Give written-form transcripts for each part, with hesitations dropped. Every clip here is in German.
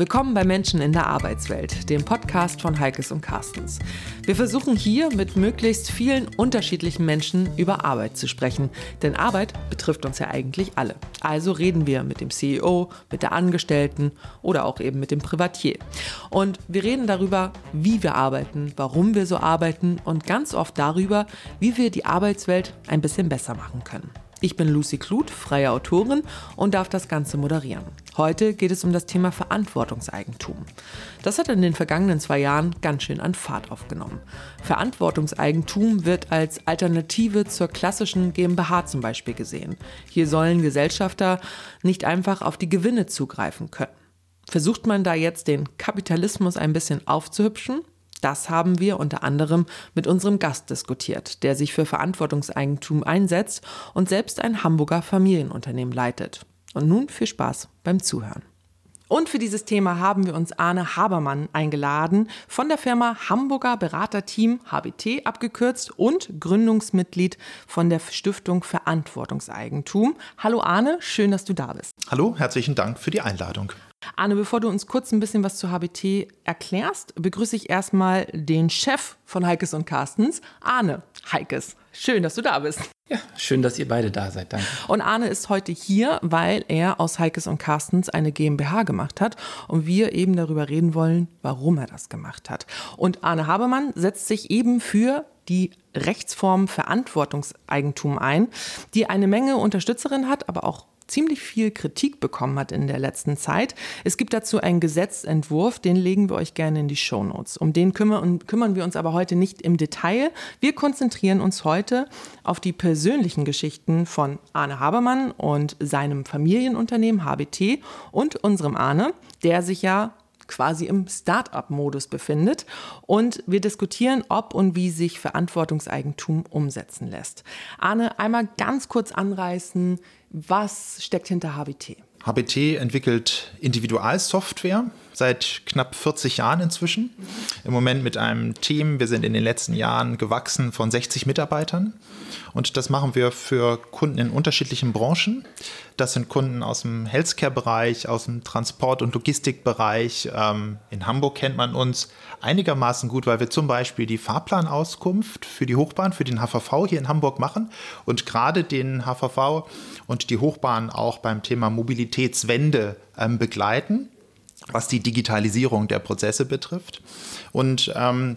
Willkommen bei Menschen in der Arbeitswelt, dem Podcast von Heikes und Carstens. Wir versuchen hier mit möglichst vielen unterschiedlichen Menschen über Arbeit zu sprechen, denn Arbeit betrifft uns ja eigentlich alle. Also reden wir mit dem CEO, mit der Angestellten oder auch eben mit dem Privatier. Und wir reden darüber, wie wir arbeiten, warum wir so arbeiten und ganz oft darüber, wie wir die Arbeitswelt ein bisschen besser machen können. Ich bin Lucy Kluth, freie Autorin und darf das Ganze moderieren. Heute geht es um das Thema Verantwortungseigentum. Das hat in den vergangenen 2 Jahren ganz schön an Fahrt aufgenommen. Verantwortungseigentum wird als Alternative zur klassischen GmbH zum Beispiel gesehen. Hier sollen Gesellschafter nicht einfach auf die Gewinne zugreifen können. Versucht man da jetzt den Kapitalismus ein bisschen aufzuhübschen? Das haben wir unter anderem mit unserem Gast diskutiert, der sich für Verantwortungseigentum einsetzt und selbst ein Hamburger Familienunternehmen leitet. Und nun viel Spaß beim Zuhören. Und für dieses Thema haben wir uns Arne Habermann eingeladen von der Firma Hamburger Beraterteam, HBT abgekürzt, und Gründungsmitglied von der Stiftung Verantwortungseigentum. Hallo Arne, schön, dass du da bist. Hallo, herzlichen Dank für die Einladung. Arne, bevor du uns kurz ein bisschen was zu HBT erklärst, begrüße ich erstmal den Chef von Heikes und Carstens, Arne Heikes. Schön, dass du da bist. Ja, schön, dass ihr beide da seid, danke. Und Arne ist heute hier, weil er aus Heikes und Carstens eine GmbH gemacht hat und wir eben darüber reden wollen, warum er das gemacht hat. Und Arne Habermann setzt sich eben für die Rechtsform Verantwortungseigentum ein, die eine Menge Unterstützerinnen hat, aber auch ziemlich viel Kritik bekommen hat in der letzten Zeit. Es gibt dazu einen Gesetzentwurf, den legen wir euch gerne in die Shownotes. Um den kümmern wir uns aber heute nicht im Detail. Wir konzentrieren uns heute auf die persönlichen Geschichten von Arne Habermann und seinem Familienunternehmen HBT und unserem Arne, der sich ja quasi im Start-up-Modus befindet. Und wir diskutieren, ob und wie sich Verantwortungseigentum umsetzen lässt. Arne, einmal ganz kurz anreißen, was steckt hinter HBT? HBT entwickelt Individualsoftware seit knapp 40 Jahren inzwischen. Im Moment mit einem Team. Wir sind in den letzten Jahren gewachsen von 60 Mitarbeitern. Und das machen wir für Kunden in unterschiedlichen Branchen. Das sind Kunden aus dem Healthcare-Bereich, aus dem Transport- und Logistikbereich. In Hamburg kennt man uns einigermaßen gut, weil wir zum Beispiel die Fahrplanauskunft für die Hochbahn, für den HVV hier in Hamburg machen und gerade den HVV und die Hochbahn auch beim Thema Mobilitätswende begleiten, was die Digitalisierung der Prozesse betrifft. Und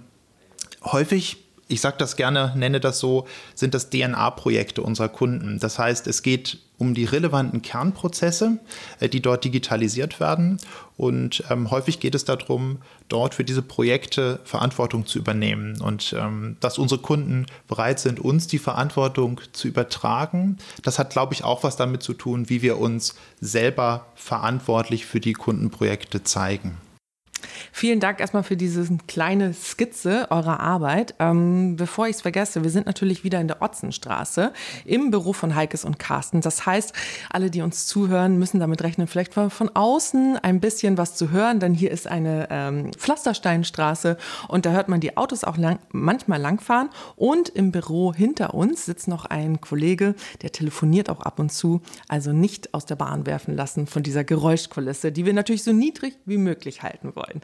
häufig, ich sage das gerne, nenne das so, sind das DNA-Projekte unserer Kunden. Das heißt, es geht um die relevanten Kernprozesse, die dort digitalisiert werden. Und häufig geht es darum, dort für diese Projekte Verantwortung zu übernehmen. Und dass unsere Kunden bereit sind, uns die Verantwortung zu übertragen, das hat, glaube ich, auch was damit zu tun, wie wir uns selber verantwortlich für die Kundenprojekte zeigen. Vielen Dank erstmal für diese kleine Skizze eurer Arbeit. Bevor ich es vergesse, wir sind natürlich wieder in der Otzenstraße im Büro von Heikes und Carstens. Das heißt, alle, die uns zuhören, müssen damit rechnen, vielleicht von außen ein bisschen was zu hören, denn hier ist eine Pflastersteinstraße und da hört man die Autos auch manchmal langfahren. Und im Büro hinter uns sitzt noch ein Kollege, der telefoniert auch ab und zu, also nicht aus der Bahn werfen lassen von dieser Geräuschkulisse, die wir natürlich so niedrig wie möglich halten wollen.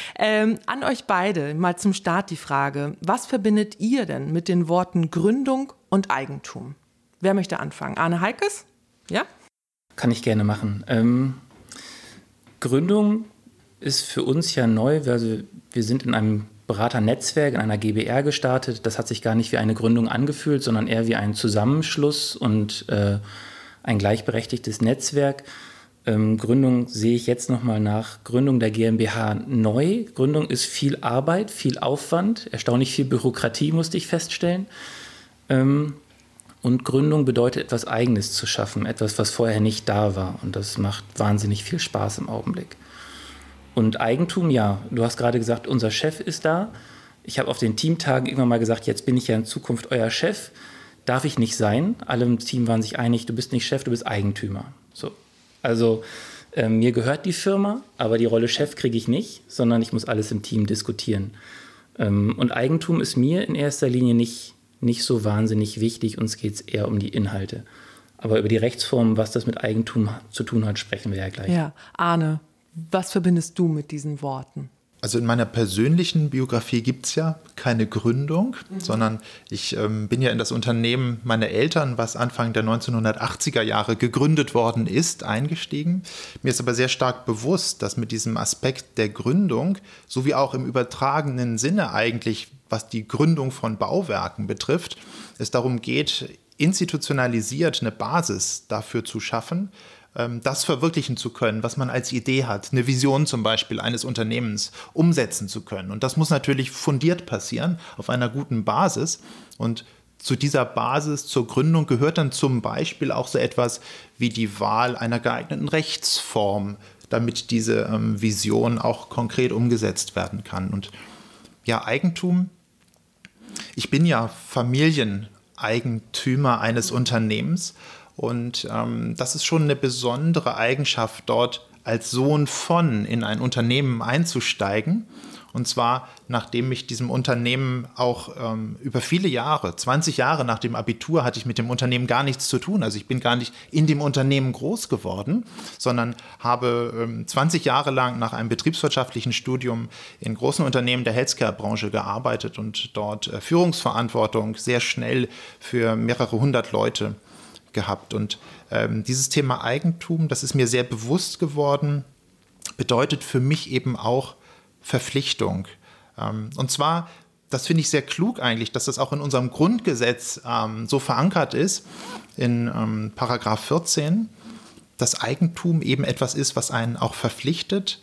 An euch beide mal zum Start die Frage, was verbindet ihr denn mit den Worten Gründung und Eigentum? Wer möchte anfangen? Arne Heikes? Ja? Kann ich gerne machen. Gründung ist für uns ja neu. Also wir sind in einem Beraternetzwerk, in einer GbR gestartet. Das hat sich gar nicht wie eine Gründung angefühlt, sondern eher wie ein Zusammenschluss und ein gleichberechtigtes Netzwerk. Gründung sehe ich jetzt nochmal nach Gründung der GmbH neu. Gründung ist viel Arbeit, viel Aufwand, erstaunlich viel Bürokratie, musste ich feststellen. Und Gründung bedeutet, etwas Eigenes zu schaffen, etwas, was vorher nicht da war. Und das macht wahnsinnig viel Spaß im Augenblick. Und Eigentum, ja, du hast gerade gesagt, unser Chef ist da. Ich habe auf den Teamtagen irgendwann mal gesagt, jetzt bin ich ja in Zukunft euer Chef. Darf ich nicht sein. Alle im Team waren sich einig, du bist nicht Chef, du bist Eigentümer. So. Also mir gehört die Firma, aber die Rolle Chef kriege ich nicht, sondern ich muss alles im Team diskutieren. Und Eigentum ist mir in erster Linie nicht so wahnsinnig wichtig, uns geht es eher um die Inhalte. Aber über die Rechtsform, was das mit Eigentum zu tun hat, sprechen wir ja gleich. Ja, Arne, Was verbindest du mit diesen Worten? Also in meiner persönlichen Biografie gibt es ja keine Gründung, sondern ich bin ja in das Unternehmen meiner Eltern, was Anfang der 1980er Jahre gegründet worden ist, eingestiegen. Mir ist aber sehr stark bewusst, dass mit diesem Aspekt der Gründung, sowie auch im übertragenen Sinne eigentlich, was die Gründung von Bauwerken betrifft, es darum geht, institutionalisiert eine Basis dafür zu schaffen, das verwirklichen zu können, was man als Idee hat, eine Vision zum Beispiel eines Unternehmens umsetzen zu können. Und das muss natürlich fundiert passieren, auf einer guten Basis. Und zu dieser Basis, zur Gründung, gehört dann zum Beispiel auch so etwas wie die Wahl einer geeigneten Rechtsform, damit diese Vision auch konkret umgesetzt werden kann. Und ja, Eigentum, ich bin ja Familieneigentümer eines Unternehmens. Und das ist schon eine besondere Eigenschaft, dort als Sohn von in ein Unternehmen einzusteigen. Und zwar, nachdem ich diesem Unternehmen auch über viele Jahre, 20 Jahre nach dem Abitur, hatte ich mit dem Unternehmen gar nichts zu tun. Also ich bin gar nicht in dem Unternehmen groß geworden, sondern habe 20 Jahre lang nach einem betriebswirtschaftlichen Studium in großen Unternehmen der Healthcare-Branche gearbeitet und dort Führungsverantwortung sehr schnell für mehrere hundert Leute gehabt. Und dieses Thema Eigentum, das ist mir sehr bewusst geworden, bedeutet für mich eben auch Verpflichtung. Und zwar, das finde ich sehr klug eigentlich, dass das auch in unserem Grundgesetz so verankert ist, in Paragraph 14, dass Eigentum eben etwas ist, was einen auch verpflichtet.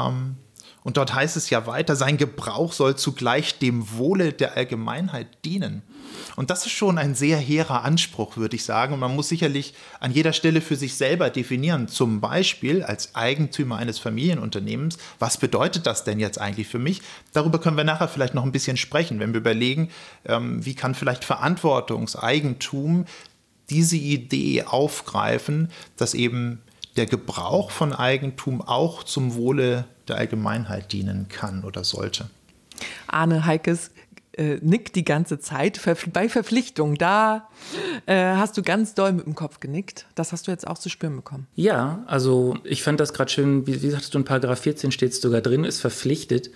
Und dort heißt es ja weiter, sein Gebrauch soll zugleich dem Wohle der Allgemeinheit dienen. Und das ist schon ein sehr hehrer Anspruch, würde ich sagen. Und man muss sicherlich an jeder Stelle für sich selber definieren, zum Beispiel als Eigentümer eines Familienunternehmens, was bedeutet das denn jetzt eigentlich für mich? Darüber können wir nachher vielleicht noch ein bisschen sprechen, wenn wir überlegen, wie kann vielleicht Verantwortungseigentum diese Idee aufgreifen, dass eben der Gebrauch von Eigentum auch zum Wohle der Allgemeinheit dienen kann oder sollte. Arne Heikes nickt die ganze Zeit bei Verpflichtung. Da hast du ganz doll mit dem Kopf genickt. Das hast du jetzt auch zu spüren bekommen. Ja, also ich fand das gerade schön, wie sagtest du, in Paragraph 14 steht es sogar drin, ist verpflichtet.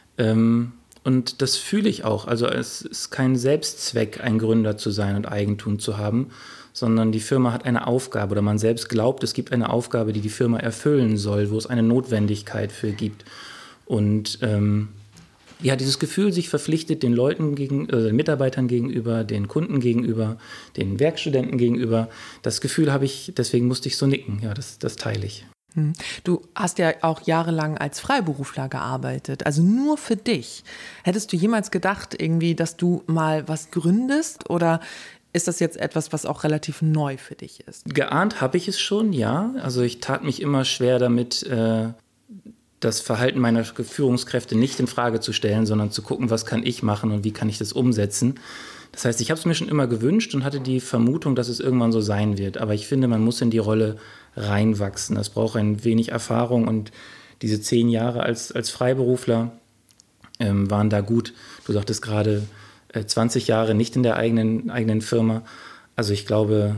Und das fühle ich auch. Also es ist kein Selbstzweck, ein Gründer zu sein und Eigentum zu haben, sondern die Firma hat eine Aufgabe oder man selbst glaubt, es gibt eine Aufgabe, die die Firma erfüllen soll, wo es eine Notwendigkeit für gibt. Und ja, dieses Gefühl, sich verpflichtet den Leuten den Mitarbeitern gegenüber, den Kunden gegenüber, den Werkstudenten gegenüber, das Gefühl habe ich, deswegen musste ich so nicken. Ja, das teile ich. Du hast ja auch jahrelang als Freiberufler gearbeitet, also nur für dich. Hättest du jemals gedacht, irgendwie, dass du mal was gründest oder ist das jetzt etwas, was auch relativ neu für dich ist? Geahnt habe ich es schon, ja. Also ich tat mich immer schwer damit, das Verhalten meiner Führungskräfte nicht in Frage zu stellen, sondern zu gucken, was kann ich machen und wie kann ich das umsetzen. Das heißt, ich habe es mir schon immer gewünscht und hatte die Vermutung, dass es irgendwann so sein wird. Aber ich finde, man muss in die Rolle reinwachsen. Das braucht ein wenig Erfahrung und diese 10 Jahre als Freiberufler waren da gut. Du sagtest gerade 20 Jahre nicht in der eigenen Firma. Also ich glaube,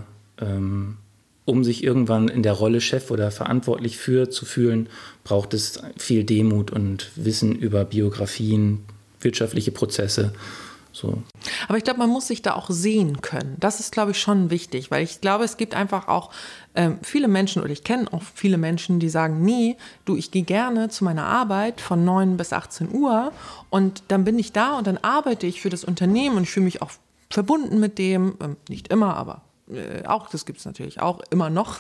um sich irgendwann in der Rolle Chef oder verantwortlich für zu fühlen, braucht es viel Demut und Wissen über Biografien, wirtschaftliche Prozesse. So. Aber ich glaube, man muss sich da auch sehen können. Das ist, glaube ich, schon wichtig, weil ich glaube, es gibt einfach auch viele Menschen, oder ich kenne auch viele Menschen, die sagen, nee, du, ich gehe gerne zu meiner Arbeit von 9 bis 18 Uhr und dann bin ich da und dann arbeite ich für das Unternehmen und ich fühle mich auch verbunden mit dem, nicht immer, aber auch, das gibt es natürlich auch immer noch.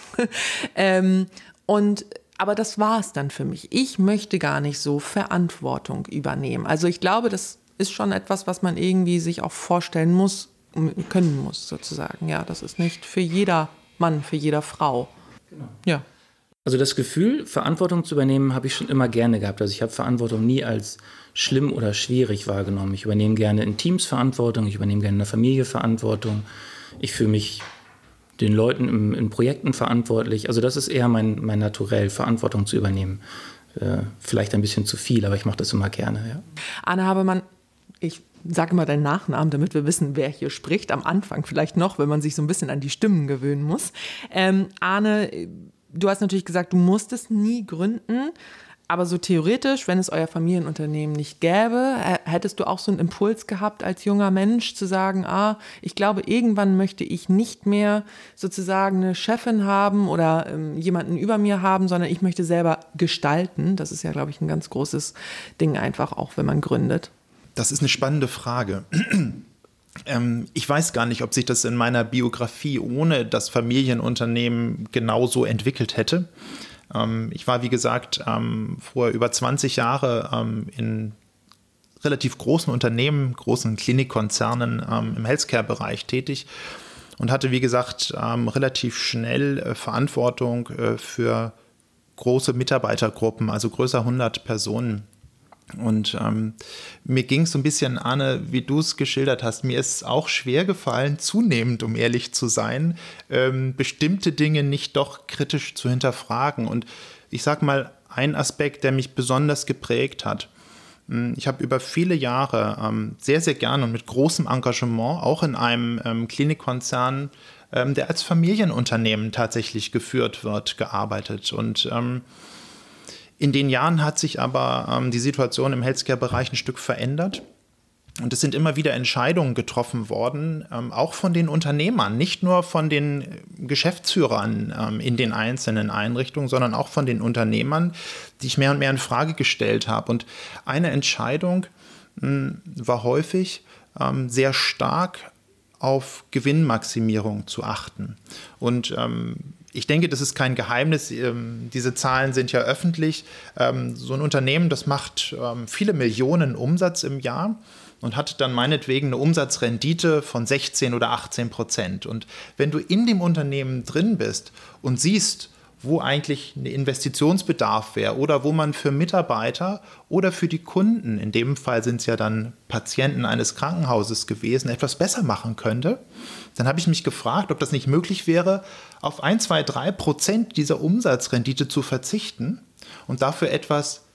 Aber das war es dann für mich. Ich möchte gar nicht so Verantwortung übernehmen. Also ich glaube, das ist schon etwas, was man irgendwie sich auch vorstellen muss, können muss sozusagen. Ja, das ist nicht für jeder Mann, für jede Frau. Genau. Ja. Also das Gefühl, Verantwortung zu übernehmen, habe ich schon immer gerne gehabt. Also ich habe Verantwortung nie als schlimm oder schwierig wahrgenommen. Ich übernehme gerne in Teams Verantwortung, ich übernehme gerne in der Familie Verantwortung. Ich fühle mich den Leuten in Projekten verantwortlich. Also das ist eher mein Naturell, Verantwortung zu übernehmen. Vielleicht ein bisschen zu viel, aber ich mache das immer gerne. Ja. Arne Habermann, ich sage mal deinen Nachnamen, damit wir wissen, wer hier spricht. Am Anfang vielleicht noch, wenn man sich so ein bisschen an die Stimmen gewöhnen muss. Arne, du hast natürlich gesagt, du musstest nie gründen. Aber so theoretisch, wenn es euer Familienunternehmen nicht gäbe, hättest du auch so einen Impuls gehabt als junger Mensch zu sagen, ich glaube, irgendwann möchte ich nicht mehr sozusagen eine Chefin haben oder jemanden über mir haben, sondern ich möchte selber gestalten. Das ist ja, glaube ich, ein ganz großes Ding einfach, auch wenn man gründet. Das ist eine spannende Frage. Ich weiß gar nicht, ob sich das in meiner Biografie ohne das Familienunternehmen genauso entwickelt hätte. Ich war, wie gesagt, vor über 20 Jahre in relativ großen Unternehmen, großen Klinikkonzernen im Healthcare-Bereich tätig und hatte, wie gesagt, relativ schnell Verantwortung für große Mitarbeitergruppen, also größer 100 Personen. Und mir ging es so ein bisschen, Arne, wie du es geschildert hast, mir ist es auch schwer gefallen, zunehmend, um ehrlich zu sein, bestimmte Dinge nicht doch kritisch zu hinterfragen. Und ich sage mal, ein Aspekt, der mich besonders geprägt hat. Ich habe über viele Jahre sehr, sehr gern und mit großem Engagement auch in einem Klinikkonzern, der als Familienunternehmen tatsächlich geführt wird, gearbeitet. Und in den Jahren hat sich aber die Situation im Healthcare-Bereich ein Stück verändert. Und es sind immer wieder Entscheidungen getroffen worden, auch von den Unternehmern, nicht nur von den Geschäftsführern in den einzelnen Einrichtungen, sondern auch von den Unternehmern, die ich mehr und mehr in Frage gestellt habe. Und eine Entscheidung war häufig sehr stark auf Gewinnmaximierung zu achten. Und ich denke, das ist kein Geheimnis. Diese Zahlen sind ja öffentlich. So ein Unternehmen, das macht viele Millionen Umsatz im Jahr und hat dann meinetwegen eine Umsatzrendite von 16 oder 18%. Und wenn du in dem Unternehmen drin bist und siehst, wo eigentlich ein Investitionsbedarf wäre oder wo man für Mitarbeiter oder für die Kunden, in dem Fall sind es ja dann Patienten eines Krankenhauses gewesen, etwas besser machen könnte, dann habe ich mich gefragt, ob das nicht möglich wäre, auf 1, 2, 3% dieser Umsatzrendite zu verzichten und dafür etwas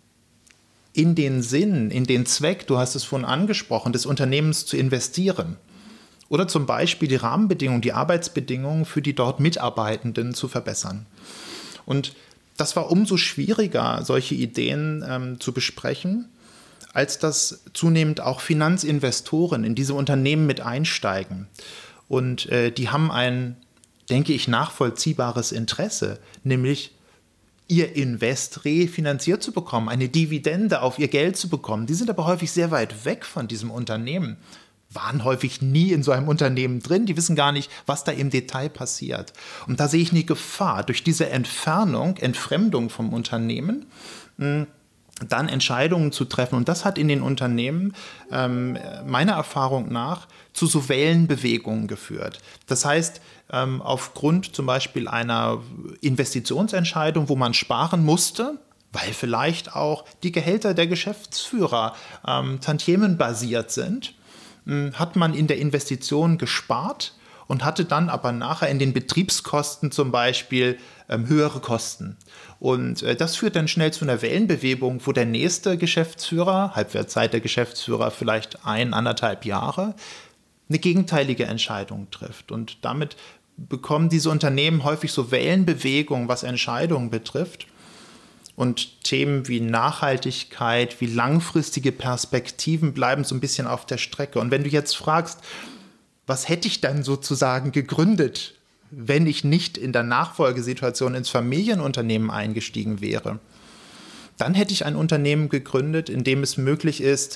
in den Sinn, in den Zweck, du hast es vorhin angesprochen, des Unternehmens zu investieren. Oder zum Beispiel die Rahmenbedingungen, die Arbeitsbedingungen für die dort Mitarbeitenden zu verbessern. Und das war umso schwieriger, solche Ideen zu besprechen, als dass zunehmend auch Finanzinvestoren in diese Unternehmen mit einsteigen. Und die haben ein, denke ich, nachvollziehbares Interesse, nämlich ihr Invest refinanziert zu bekommen, eine Dividende auf ihr Geld zu bekommen. Die sind aber häufig sehr weit weg von diesem Unternehmen, waren häufig nie in so einem Unternehmen drin, die wissen gar nicht, was da im Detail passiert. Und da sehe ich eine Gefahr, durch diese Entfremdung vom Unternehmen, dann Entscheidungen zu treffen. Und das hat in den Unternehmen meiner Erfahrung nach zu so Wellenbewegungen geführt. Das heißt, aufgrund zum Beispiel einer Investitionsentscheidung, wo man sparen musste, weil vielleicht auch die Gehälter der Geschäftsführer tantiemenbasiert sind, hat man in der Investition gespart und hatte dann aber nachher in den Betriebskosten zum Beispiel höhere Kosten. Und das führt dann schnell zu einer Wellenbewegung, wo der nächste Geschäftsführer, Halbwertszeit der Geschäftsführer vielleicht 1,5 Jahre, eine gegenteilige Entscheidung trifft. Und damit bekommen diese Unternehmen häufig so Wellenbewegungen, was Entscheidungen betrifft. Und Themen wie Nachhaltigkeit, wie langfristige Perspektiven bleiben so ein bisschen auf der Strecke. Und wenn du jetzt fragst, was hätte ich dann sozusagen gegründet, wenn ich nicht in der Nachfolgesituation ins Familienunternehmen eingestiegen wäre, dann hätte ich ein Unternehmen gegründet, in dem es möglich ist,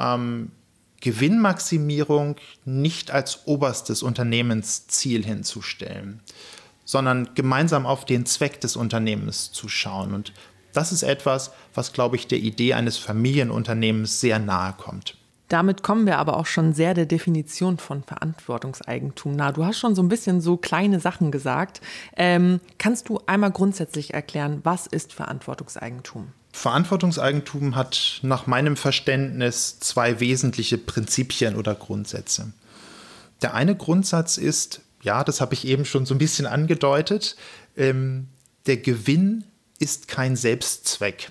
Gewinnmaximierung nicht als oberstes Unternehmensziel hinzustellen, sondern gemeinsam auf den Zweck des Unternehmens zu schauen. Und das ist etwas, was, glaube ich, der Idee eines Familienunternehmens sehr nahe kommt. Damit kommen wir aber auch schon sehr der Definition von Verantwortungseigentum nahe. Du hast schon so ein bisschen so kleine Sachen gesagt. Kannst du einmal grundsätzlich erklären, was ist Verantwortungseigentum? Verantwortungseigentum hat nach meinem Verständnis 2 wesentliche Prinzipien oder Grundsätze. Der eine Grundsatz ist, ja, das habe ich eben schon so ein bisschen angedeutet, der Gewinn ist kein Selbstzweck.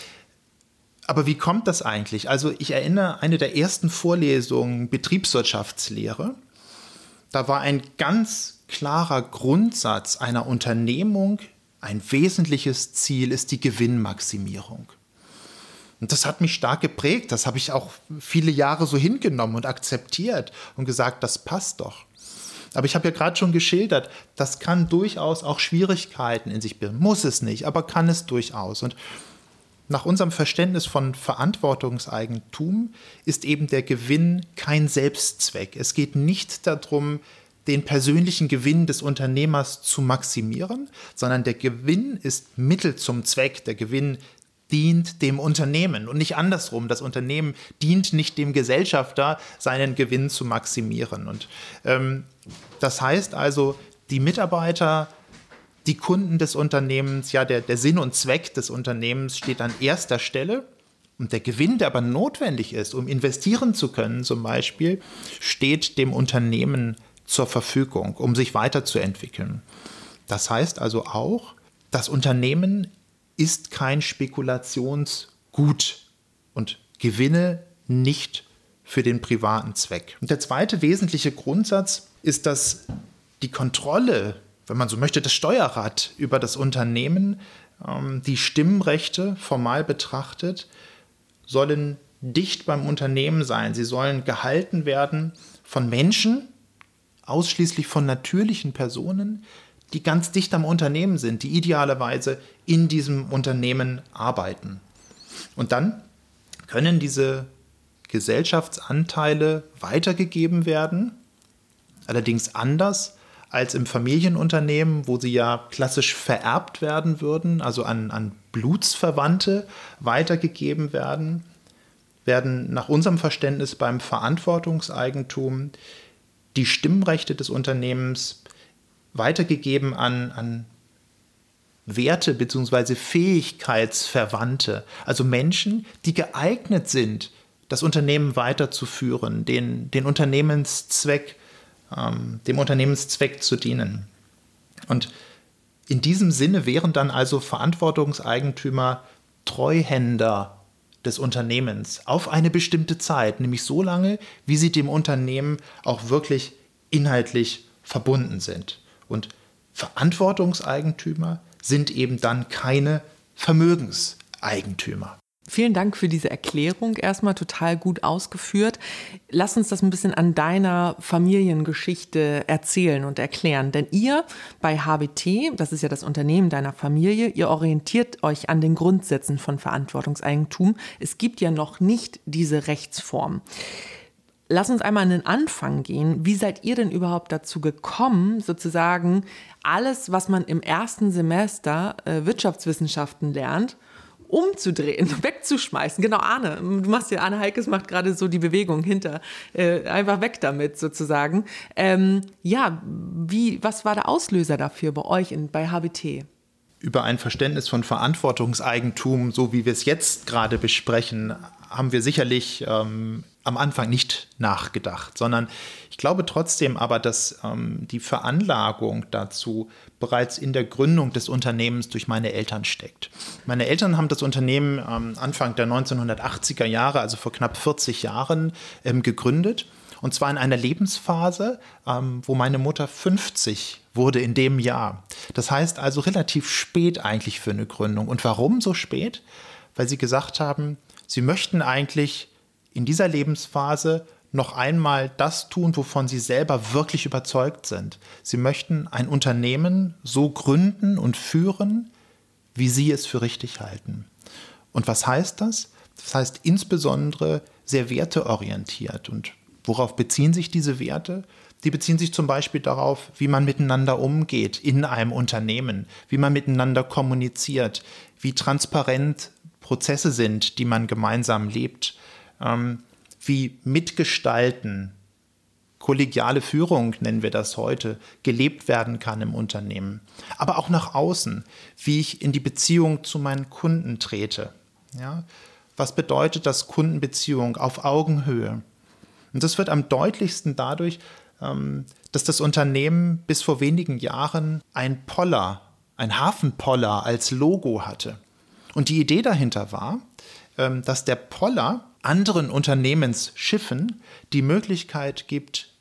Aber wie kommt das eigentlich? Also ich erinnere eine der ersten Vorlesungen Betriebswirtschaftslehre. Da war ein ganz klarer Grundsatz einer Unternehmung ein wesentliches Ziel ist die Gewinnmaximierung. Und das hat mich stark geprägt. Das habe ich auch viele Jahre so hingenommen und akzeptiert und gesagt, das passt doch. Aber ich habe ja gerade schon geschildert, das kann durchaus auch Schwierigkeiten in sich bilden. Muss es nicht, aber kann es durchaus. Und nach unserem Verständnis von Verantwortungseigentum ist eben der Gewinn kein Selbstzweck. Es geht nicht darum, den persönlichen Gewinn des Unternehmers zu maximieren, sondern der Gewinn ist Mittel zum Zweck. Der Gewinn dient dem Unternehmen und nicht andersrum. Das Unternehmen dient nicht dem Gesellschafter, seinen Gewinn zu maximieren. Und das heißt also, die Mitarbeiter, die Kunden des Unternehmens, ja, der Sinn und Zweck des Unternehmens steht an erster Stelle. Und der Gewinn, der aber notwendig ist, um investieren zu können zum Beispiel, steht dem Unternehmen zur Verfügung, um sich weiterzuentwickeln. Das heißt also auch, das Unternehmen ist kein Spekulationsgut und Gewinne nicht für den privaten Zweck. Und der zweite wesentliche Grundsatz ist, dass die Kontrolle, wenn man so möchte, das Steuerrad über das Unternehmen, die Stimmrechte formal betrachtet, sollen dicht beim Unternehmen sein. Sie sollen gehalten werden von Menschen, ausschließlich von natürlichen Personen, die ganz dicht am Unternehmen sind, die idealerweise in diesem Unternehmen arbeiten. Und dann können diese Gesellschaftsanteile weitergegeben werden, allerdings anders als im Familienunternehmen, wo sie ja klassisch vererbt werden würden, also an Blutsverwandte weitergegeben werden nach unserem Verständnis beim Verantwortungseigentum die Stimmrechte des Unternehmens weitergegeben an Werte bzw. Fähigkeitsverwandte, also Menschen, die geeignet sind, das Unternehmen weiterzuführen, dem Unternehmenszweck zu dienen. Und in diesem Sinne wären dann also Verantwortungseigentümer Treuhänder des Unternehmens auf eine bestimmte Zeit, nämlich so lange, wie sie dem Unternehmen auch wirklich inhaltlich verbunden sind. Und Verantwortungseigentümer sind eben dann keine Vermögenseigentümer. Vielen Dank für diese Erklärung. Erstmal total gut ausgeführt. Lass uns das ein bisschen an deiner Familiengeschichte erzählen und erklären. Denn ihr bei HBT, das ist ja das Unternehmen deiner Familie, ihr orientiert euch an den Grundsätzen von Verantwortungseigentum. Es gibt ja noch nicht diese Rechtsform. Lass uns einmal an den Anfang gehen. Wie seid ihr denn überhaupt dazu gekommen, sozusagen alles, was man im ersten Semester Wirtschaftswissenschaften lernt, umzudrehen, wegzuschmeißen? Genau, Arne Heikes macht gerade so die Bewegung hinter, einfach weg damit sozusagen. Was war der Auslöser dafür bei euch bei HBT? Über ein Verständnis von Verantwortungseigentum, so wie wir es jetzt gerade besprechen, haben wir sicherlich am Anfang nicht nachgedacht, sondern ich glaube trotzdem aber, dass die Veranlagung dazu bereits in der Gründung des Unternehmens durch meine Eltern steckt. Meine Eltern haben das Unternehmen Anfang der 1980er Jahre, also vor knapp 40 Jahren, gegründet. Und zwar in einer Lebensphase, wo meine Mutter 50 wurde in dem Jahr. Das heißt also relativ spät eigentlich für eine Gründung. Und warum so spät? Weil sie gesagt haben, sie möchten eigentlich in dieser Lebensphase noch einmal das tun, wovon sie selber wirklich überzeugt sind. Sie möchten ein Unternehmen so gründen und führen, wie sie es für richtig halten. Und was heißt das? Das heißt insbesondere sehr werteorientiert. Und worauf beziehen sich diese Werte? Die beziehen sich zum Beispiel darauf, wie man miteinander umgeht in einem Unternehmen, wie man miteinander kommuniziert, wie transparent Prozesse sind, die man gemeinsam lebt, wie Mitgestalten, kollegiale Führung nennen wir das heute, gelebt werden kann im Unternehmen. Aber auch nach außen, wie ich in die Beziehung zu meinen Kunden trete. Ja? Was bedeutet das Kundenbeziehung auf Augenhöhe? Und das wird am deutlichsten dadurch, dass das Unternehmen bis vor wenigen Jahren ein Hafenpoller als Logo hatte. Und die Idee dahinter war, dass der Poller anderen Unternehmensschiffen die Möglichkeit gibt,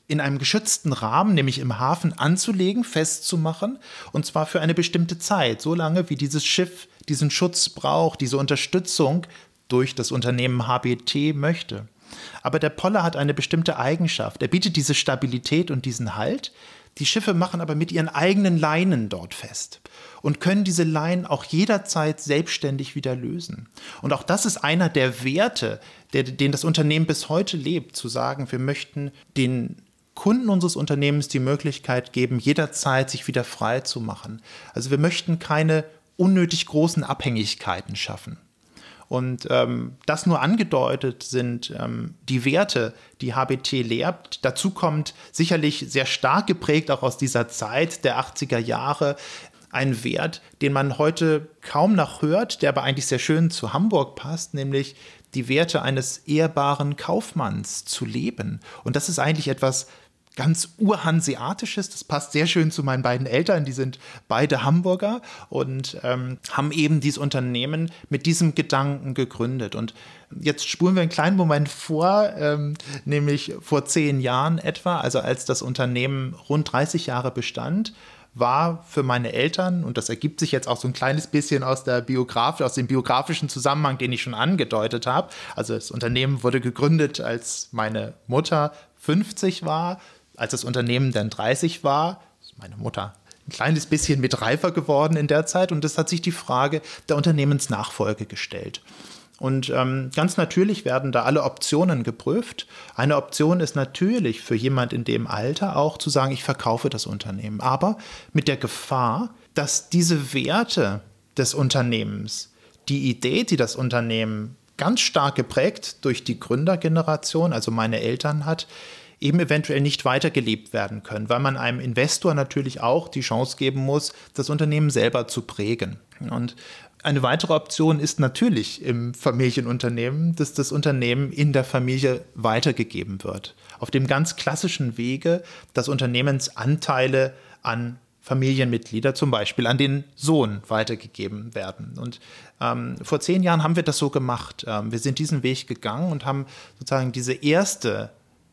in einem geschützten Rahmen, nämlich im Hafen, anzulegen, festzumachen, und zwar für eine bestimmte Zeit, so lange wie dieses Schiff diesen Schutz braucht, diese Unterstützung durch das Unternehmen HBT möchte. Aber der Poller hat eine bestimmte Eigenschaft. Er bietet diese Stabilität und diesen Halt. Die Schiffe machen aber mit ihren eigenen Leinen dort fest und können diese Leinen auch jederzeit selbstständig wieder lösen. Und auch das ist einer der Werte, den das Unternehmen bis heute lebt, zu sagen, wir möchten den Kunden unseres Unternehmens die Möglichkeit geben, jederzeit sich wieder frei zu machen. Also wir möchten keine unnötig großen Abhängigkeiten schaffen. Und das nur angedeutet sind die Werte, die HBT lehrt. Dazu kommt sicherlich sehr stark geprägt auch aus dieser Zeit der 80er Jahre ein Wert, den man heute kaum noch hört, der aber eigentlich sehr schön zu Hamburg passt, nämlich die Werte eines ehrbaren Kaufmanns zu leben. Und das ist eigentlich etwas ganz urhanseatisches. Das passt sehr schön zu meinen beiden Eltern, die sind beide Hamburger und haben eben dieses Unternehmen mit diesem Gedanken gegründet. Und jetzt spulen wir einen kleinen Moment vor, nämlich vor 10 Jahren etwa, also als das Unternehmen rund 30 Jahre bestand, war für meine Eltern, und das ergibt sich jetzt auch so ein kleines bisschen aus dem biografischen Zusammenhang, den ich schon angedeutet habe. Also das Unternehmen wurde gegründet, als meine Mutter 50 war. Als das Unternehmen dann 30 war, ist meine Mutter ein kleines bisschen mit reifer geworden in der Zeit, und es hat sich die Frage der Unternehmensnachfolge gestellt. Und ganz natürlich werden da alle Optionen geprüft. Eine Option ist natürlich für jemand in dem Alter auch zu sagen, ich verkaufe das Unternehmen. Aber mit der Gefahr, dass diese Werte des Unternehmens, die Idee, die das Unternehmen ganz stark geprägt durch die Gründergeneration, also meine Eltern hat, eben eventuell nicht weitergelebt werden können, weil man einem Investor natürlich auch die Chance geben muss, das Unternehmen selber zu prägen. Und eine weitere Option ist natürlich im Familienunternehmen, dass das Unternehmen in der Familie weitergegeben wird. Auf dem ganz klassischen Wege, dass Unternehmensanteile an Familienmitglieder, zum Beispiel an den Sohn, weitergegeben werden. Und vor 10 Jahren haben wir das so gemacht. Wir sind diesen Weg gegangen und haben sozusagen diese erste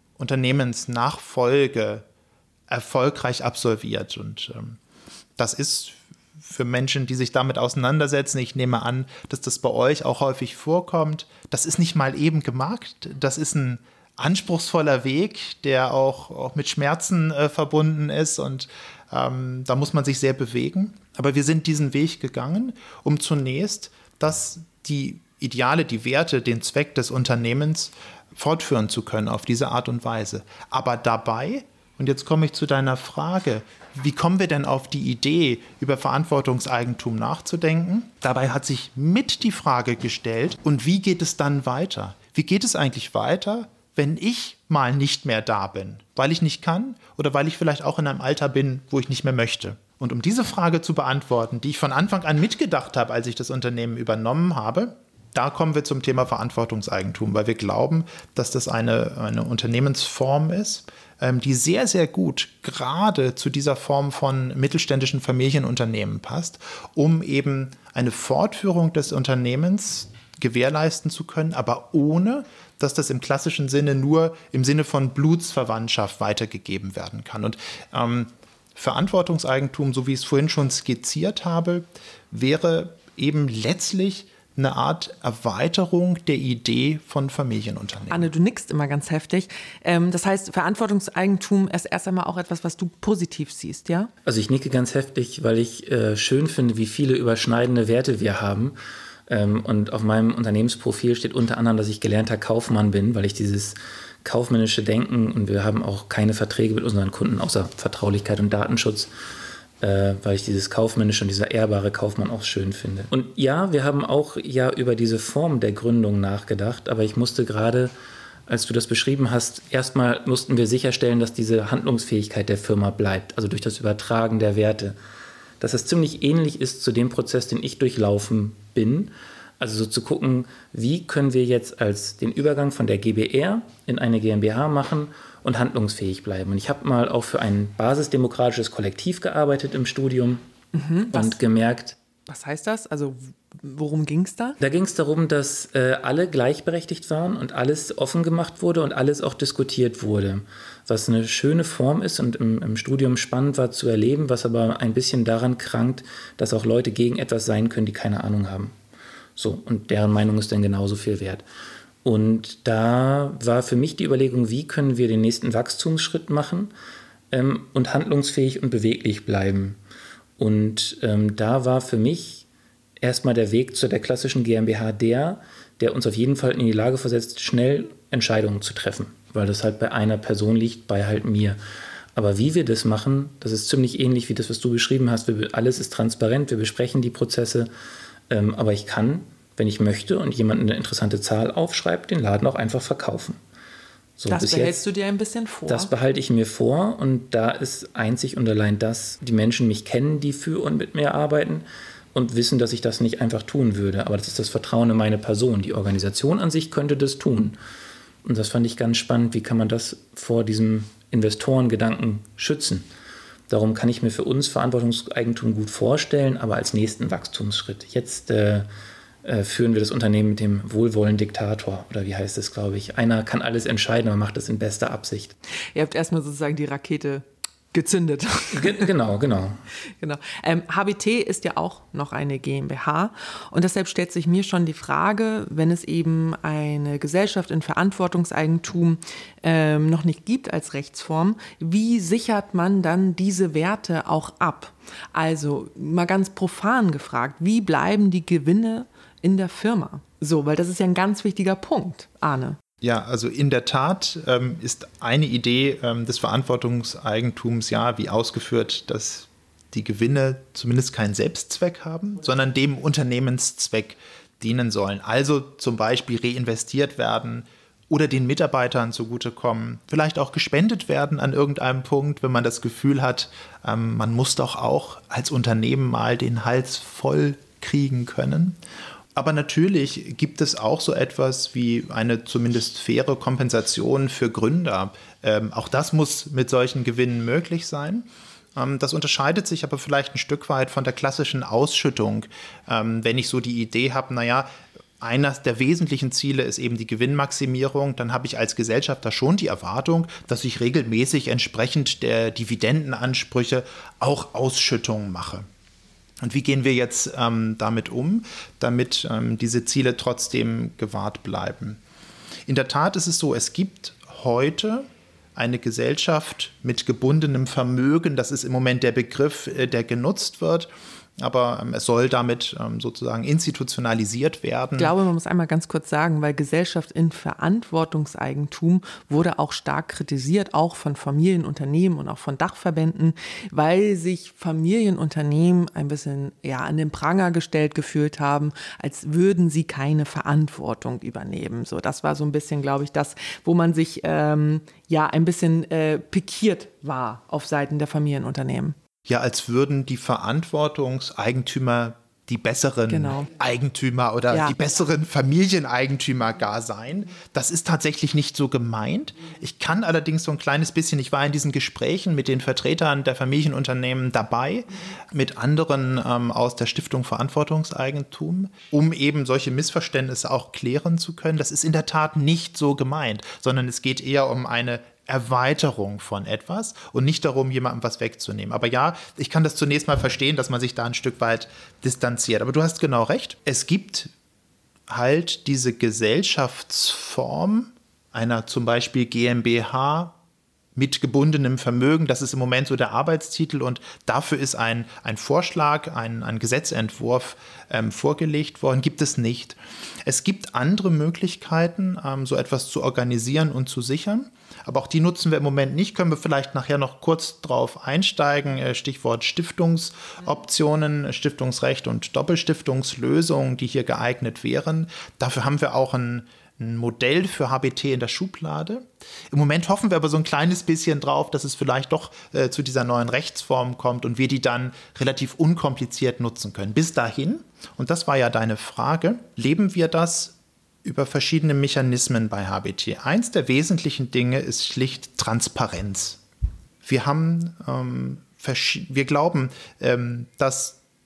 Unternehmensnachfolge erfolgreich absolviert. Und das ist für Menschen, die sich damit auseinandersetzen, ich nehme an, dass das bei euch auch häufig vorkommt, das ist nicht mal eben gemacht. Das ist ein anspruchsvoller Weg, der auch mit Schmerzen verbunden ist, und da muss man sich sehr bewegen. Aber wir sind diesen Weg gegangen, um zunächst, dass die Ideale, die Werte, den Zweck des Unternehmens fortführen zu können auf diese Art und Weise. Aber dabei, und jetzt komme ich zu deiner Frage, wie kommen wir denn auf die Idee, über Verantwortungseigentum nachzudenken? Dabei hat sich mit die Frage gestellt, und wie geht es dann weiter? Wie geht es eigentlich weiter, wenn ich mal nicht mehr da bin? Weil ich nicht kann oder weil ich vielleicht auch in einem Alter bin, wo ich nicht mehr möchte? Und um diese Frage zu beantworten, die ich von Anfang an mitgedacht habe, als ich das Unternehmen übernommen habe, da kommen wir zum Thema Verantwortungseigentum, weil wir glauben, dass das eine Unternehmensform ist, die sehr, sehr gut gerade zu dieser Form von mittelständischen Familienunternehmen passt, um eben eine Fortführung des Unternehmens gewährleisten zu können, aber ohne, dass das im klassischen Sinne nur im Sinne von Blutsverwandtschaft weitergegeben werden kann. Und Verantwortungseigentum, so wie ich es vorhin schon skizziert habe, wäre eben letztlich eine Art Erweiterung der Idee von Familienunternehmen. Anne, du nickst immer ganz heftig. Das heißt, Verantwortungseigentum ist erst einmal auch etwas, was du positiv siehst, ja? Also ich nicke ganz heftig, weil ich schön finde, wie viele überschneidende Werte wir haben. Und auf meinem Unternehmensprofil steht unter anderem, dass ich gelernter Kaufmann bin, weil ich dieses kaufmännische Denken, und wir haben auch keine Verträge mit unseren Kunden, außer Vertraulichkeit und Datenschutz, weil ich dieses kaufmännische und dieser ehrbare Kaufmann auch schön finde. Und ja, wir haben auch ja über diese Form der Gründung nachgedacht, aber ich musste gerade, als du das beschrieben hast, erstmal mussten wir sicherstellen, dass diese Handlungsfähigkeit der Firma bleibt, also durch das Übertragen der Werte. Dass es ziemlich ähnlich ist zu dem Prozess, den ich durchlaufen bin. Also so zu gucken, wie können wir jetzt als den Übergang von der GbR in eine GmbH machen und handlungsfähig bleiben. Und ich habe mal auch für ein basisdemokratisches Kollektiv gearbeitet im Studium und gemerkt. Was heißt das? Also worum ging es da? Da ging es darum, dass alle gleichberechtigt waren und alles offen gemacht wurde und alles auch diskutiert wurde. Was eine schöne Form ist und im Studium spannend war zu erleben, was aber ein bisschen daran krankt, dass auch Leute gegen etwas sein können, die keine Ahnung haben. So, und deren Meinung ist dann genauso viel wert. Und da war für mich die Überlegung, wie können wir den nächsten Wachstumsschritt machen und handlungsfähig und beweglich bleiben. Und da war für mich erstmal der Weg zu der klassischen GmbH der uns auf jeden Fall in die Lage versetzt, schnell Entscheidungen zu treffen, weil das halt bei einer Person liegt, bei halt mir. Aber wie wir das machen, das ist ziemlich ähnlich wie das, was du beschrieben hast. Alles ist transparent, wir besprechen die Prozesse, aber ich kann, wenn ich möchte und jemand eine interessante Zahl aufschreibt, den Laden auch einfach verkaufen. So, das behältst du dir ein bisschen vor? Das behalte ich mir vor und da ist einzig und allein das, die Menschen mich kennen, die für und mit mir arbeiten und wissen, dass ich das nicht einfach tun würde. Aber das ist das Vertrauen in meine Person. Die Organisation an sich könnte das tun. Und das fand ich ganz spannend. Wie kann man das vor diesem Investorengedanken schützen? Darum kann ich mir für uns Verantwortungseigentum gut vorstellen, aber als nächsten Wachstumsschritt. Jetzt führen wir das Unternehmen mit dem wohlwollenden Diktator, oder wie heißt es, glaube ich. Einer kann alles entscheiden, aber macht das in bester Absicht. Ihr habt erstmal sozusagen die Rakete gezündet. Genau. HBT ist ja auch noch eine GmbH und deshalb stellt sich mir schon die Frage, wenn es eben eine Gesellschaft in Verantwortungseigentum noch nicht gibt als Rechtsform, wie sichert man dann diese Werte auch ab? Also mal ganz profan gefragt, wie bleiben die Gewinne in der Firma? So, weil das ist ja ein ganz wichtiger Punkt, Arne. Ja, also in der Tat ist eine Idee des Verantwortungseigentums, ja, wie ausgeführt, dass die Gewinne zumindest keinen Selbstzweck haben, sondern dem Unternehmenszweck dienen sollen. Also zum Beispiel reinvestiert werden oder den Mitarbeitern zugutekommen, vielleicht auch gespendet werden an irgendeinem Punkt, wenn man das Gefühl hat, man muss doch auch als Unternehmen mal den Hals voll kriegen können. Aber natürlich gibt es auch so etwas wie eine zumindest faire Kompensation für Gründer. Auch das muss mit solchen Gewinnen möglich sein. Das unterscheidet sich aber vielleicht ein Stück weit von der klassischen Ausschüttung. Wenn ich so die Idee habe, naja, eines der wesentlichen Ziele ist eben die Gewinnmaximierung, dann habe ich als Gesellschafter schon die Erwartung, dass ich regelmäßig entsprechend der Dividendenansprüche auch Ausschüttungen mache. Und wie gehen wir jetzt damit um, damit diese Ziele trotzdem gewahrt bleiben? In der Tat ist es so, es gibt heute eine Gesellschaft mit gebundenem Vermögen. Das ist im Moment der Begriff, der genutzt wird. Aber es soll damit sozusagen institutionalisiert werden. Ich glaube, man muss einmal ganz kurz sagen, weil Gesellschaft in Verantwortungseigentum wurde auch stark kritisiert, auch von Familienunternehmen und auch von Dachverbänden, weil sich Familienunternehmen ein bisschen an den Pranger gestellt gefühlt haben, als würden sie keine Verantwortung übernehmen. So, das war so ein bisschen, glaube ich, das, wo man sich ein bisschen pikiert war auf Seiten der Familienunternehmen. Ja, als würden die Verantwortungseigentümer die besseren Eigentümer oder die besseren Familieneigentümer gar sein. Das ist tatsächlich nicht so gemeint. Ich kann allerdings so ein kleines bisschen, ich war in diesen Gesprächen mit den Vertretern der Familienunternehmen dabei, mit anderen aus der Stiftung Verantwortungseigentum, um eben solche Missverständnisse auch klären zu können. Das ist in der Tat nicht so gemeint, sondern es geht eher um eine Erweiterung von etwas und nicht darum, jemandem was wegzunehmen. Aber ja, ich kann das zunächst mal verstehen, dass man sich da ein Stück weit distanziert. Aber du hast genau recht. Es gibt halt diese Gesellschaftsform einer zum Beispiel GmbH mit gebundenem Vermögen. Das ist im Moment so der Arbeitstitel und dafür ist ein Vorschlag, ein Gesetzentwurf vorgelegt worden. Gibt es nicht. Es gibt andere Möglichkeiten, so etwas zu organisieren und zu sichern. Aber auch die nutzen wir im Moment nicht. Können wir vielleicht nachher noch kurz drauf einsteigen. Stichwort Stiftungsoptionen, Stiftungsrecht und Doppelstiftungslösungen, die hier geeignet wären. Dafür haben wir auch ein Modell für HBT in der Schublade. Im Moment hoffen wir aber so ein kleines bisschen drauf, dass es vielleicht doch zu dieser neuen Rechtsform kommt und wir die dann relativ unkompliziert nutzen können. Bis dahin, und das war ja deine Frage, leben wir das über verschiedene Mechanismen bei HBT. Eins der wesentlichen Dinge ist schlicht Transparenz. Wir glauben, dass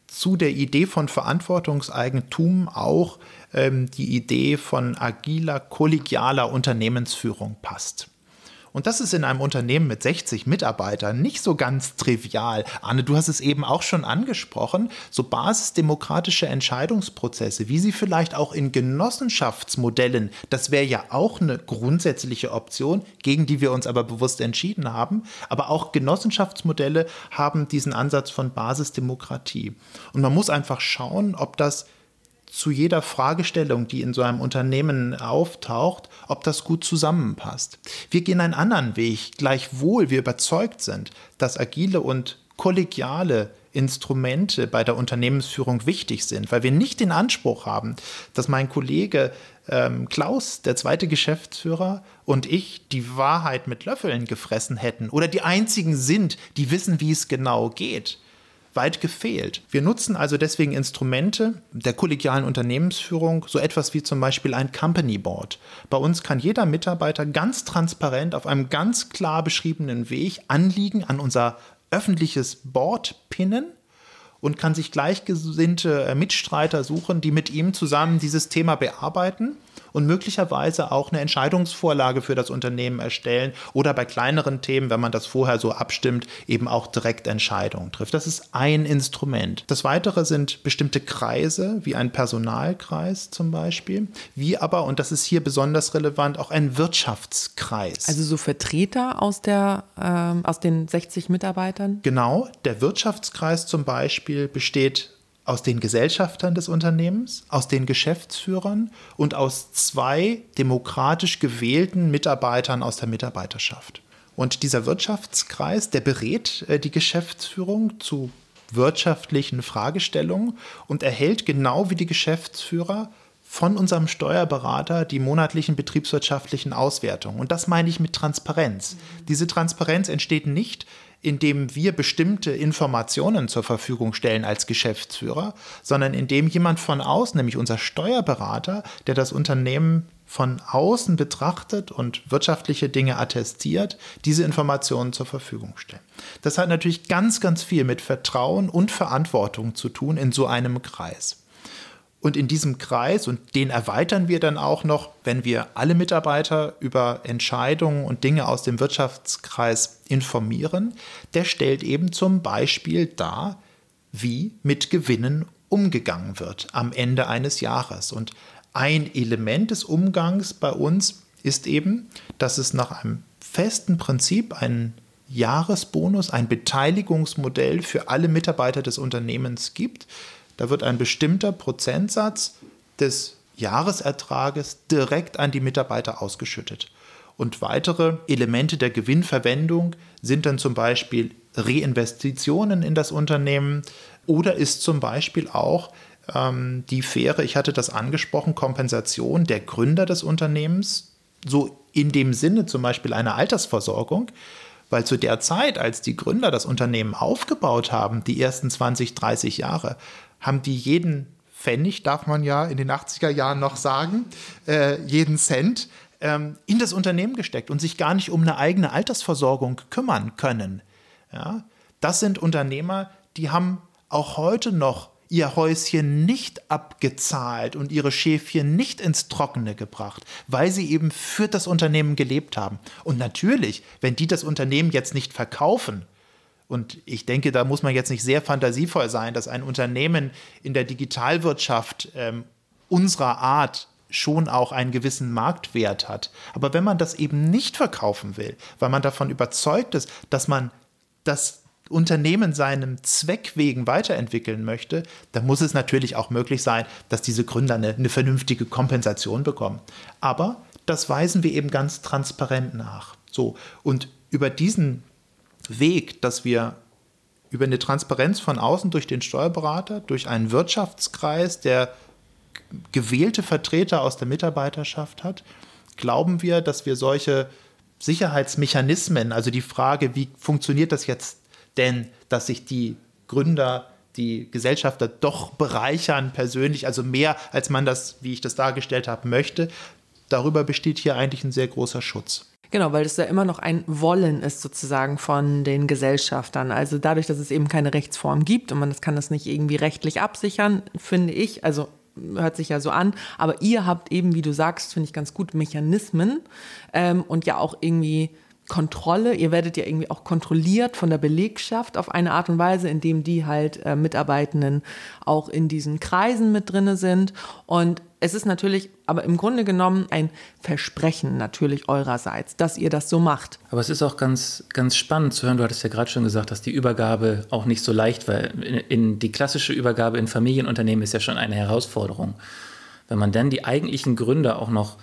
zu der Idee von Verantwortungseigentum auch die Idee von agiler, kollegialer Unternehmensführung passt. Und das ist in einem Unternehmen mit 60 Mitarbeitern nicht so ganz trivial. Arne, du hast es eben auch schon angesprochen, so basisdemokratische Entscheidungsprozesse, wie sie vielleicht auch in Genossenschaftsmodellen, das wäre ja auch eine grundsätzliche Option, gegen die wir uns aber bewusst entschieden haben, aber auch Genossenschaftsmodelle haben diesen Ansatz von Basisdemokratie. Und man muss einfach schauen, ob das zu jeder Fragestellung, die in so einem Unternehmen auftaucht, ob das gut zusammenpasst. Wir gehen einen anderen Weg, gleichwohl wir überzeugt sind, dass agile und kollegiale Instrumente bei der Unternehmensführung wichtig sind, weil wir nicht den Anspruch haben, dass mein Kollege Klaus, der zweite Geschäftsführer, und ich die Wahrheit mit Löffeln gefressen hätten oder die einzigen sind, die wissen, wie es genau geht. Weit gefehlt. Wir nutzen also deswegen Instrumente der kollegialen Unternehmensführung, so etwas wie zum Beispiel ein Company Board. Bei uns kann jeder Mitarbeiter ganz transparent auf einem ganz klar beschriebenen Weg Anliegen an unser öffentliches Board pinnen und kann sich gleichgesinnte Mitstreiter suchen, die mit ihm zusammen dieses Thema bearbeiten und möglicherweise auch eine Entscheidungsvorlage für das Unternehmen erstellen oder bei kleineren Themen, wenn man das vorher so abstimmt, eben auch direkt Entscheidungen trifft. Das ist ein Instrument. Das Weitere sind bestimmte Kreise, wie ein Personalkreis zum Beispiel, wie aber, und das ist hier besonders relevant, auch ein Wirtschaftskreis. Also so Vertreter aus den 60 Mitarbeitern? Genau, der Wirtschaftskreis zum Beispiel besteht aus den Gesellschaftern des Unternehmens, aus den Geschäftsführern und aus 2 demokratisch gewählten Mitarbeitern aus der Mitarbeiterschaft. Und dieser Wirtschaftskreis, der berät die Geschäftsführung zu wirtschaftlichen Fragestellungen und erhält genau wie die Geschäftsführer von unserem Steuerberater die monatlichen betriebswirtschaftlichen Auswertungen. Und das meine ich mit Transparenz. Diese Transparenz entsteht nicht, indem wir bestimmte Informationen zur Verfügung stellen als Geschäftsführer, sondern indem jemand von außen, nämlich unser Steuerberater, der das Unternehmen von außen betrachtet und wirtschaftliche Dinge attestiert, diese Informationen zur Verfügung stellen. Das hat natürlich ganz, ganz viel mit Vertrauen und Verantwortung zu tun in so einem Kreis. Und in diesem Kreis, und den erweitern wir dann auch noch, wenn wir alle Mitarbeiter über Entscheidungen und Dinge aus dem Wirtschaftskreis informieren, der stellt eben zum Beispiel dar, wie mit Gewinnen umgegangen wird am Ende eines Jahres. Und ein Element des Umgangs bei uns ist eben, dass es nach einem festen Prinzip einen Jahresbonus, ein Beteiligungsmodell für alle Mitarbeiter des Unternehmens gibt. Da wird ein bestimmter Prozentsatz des Jahresertrages direkt an die Mitarbeiter ausgeschüttet. Und weitere Elemente der Gewinnverwendung sind dann zum Beispiel Reinvestitionen in das Unternehmen oder ist zum Beispiel auch die faire, ich hatte das angesprochen, Kompensation der Gründer des Unternehmens, so in dem Sinne zum Beispiel einer Altersversorgung, weil zu der Zeit, als die Gründer das Unternehmen aufgebaut haben, die ersten 20, 30 Jahre, haben die jeden Pfennig, darf man ja in den 80er Jahren noch sagen, jeden Cent in das Unternehmen gesteckt und sich gar nicht um eine eigene Altersversorgung kümmern können. Ja? Das sind Unternehmer, die haben auch heute noch ihr Häuschen nicht abgezahlt und ihre Schäfchen nicht ins Trockene gebracht, weil sie eben für das Unternehmen gelebt haben. Und natürlich, wenn die das Unternehmen jetzt nicht verkaufen, und ich denke, da muss man jetzt nicht sehr fantasievoll sein, dass ein Unternehmen in der Digitalwirtschaft unserer Art schon auch einen gewissen Marktwert hat. Aber wenn man das eben nicht verkaufen will, weil man davon überzeugt ist, dass man das Unternehmen seinem Zweck wegen weiterentwickeln möchte, dann muss es natürlich auch möglich sein, dass diese Gründer eine vernünftige Kompensation bekommen. Aber das weisen wir eben ganz transparent nach. So, und über diesen Weg, dass wir über eine Transparenz von außen durch den Steuerberater, durch einen Wirtschaftskreis, der gewählte Vertreter aus der Mitarbeiterschaft hat, glauben wir, dass wir solche Sicherheitsmechanismen, also die Frage, wie funktioniert das jetzt denn, dass sich die Gründer, die Gesellschafter doch bereichern persönlich, also mehr, als man das, wie ich das dargestellt habe, möchte, darüber besteht hier eigentlich ein sehr großer Schutz. Genau, weil es ja immer noch ein Wollen ist sozusagen von den Gesellschaftern. Also dadurch, dass es eben keine Rechtsform gibt und man kann das nicht irgendwie rechtlich absichern, finde ich, also hört sich ja so an, aber ihr habt eben, wie du sagst, finde ich ganz gut, Mechanismen und ja auch irgendwie Kontrolle. Ihr werdet ja irgendwie auch kontrolliert von der Belegschaft auf eine Art und Weise, indem die halt Mitarbeitenden auch in diesen Kreisen mit drinne sind. Und es ist natürlich, aber im Grunde genommen ein Versprechen natürlich eurerseits, dass ihr das so macht. Aber es ist auch ganz, ganz spannend zu hören. Du hattest ja gerade schon gesagt, dass die Übergabe auch nicht so leicht war. Die klassische Übergabe in Familienunternehmen ist ja schon eine Herausforderung. Wenn man dann die eigentlichen Gründer auch noch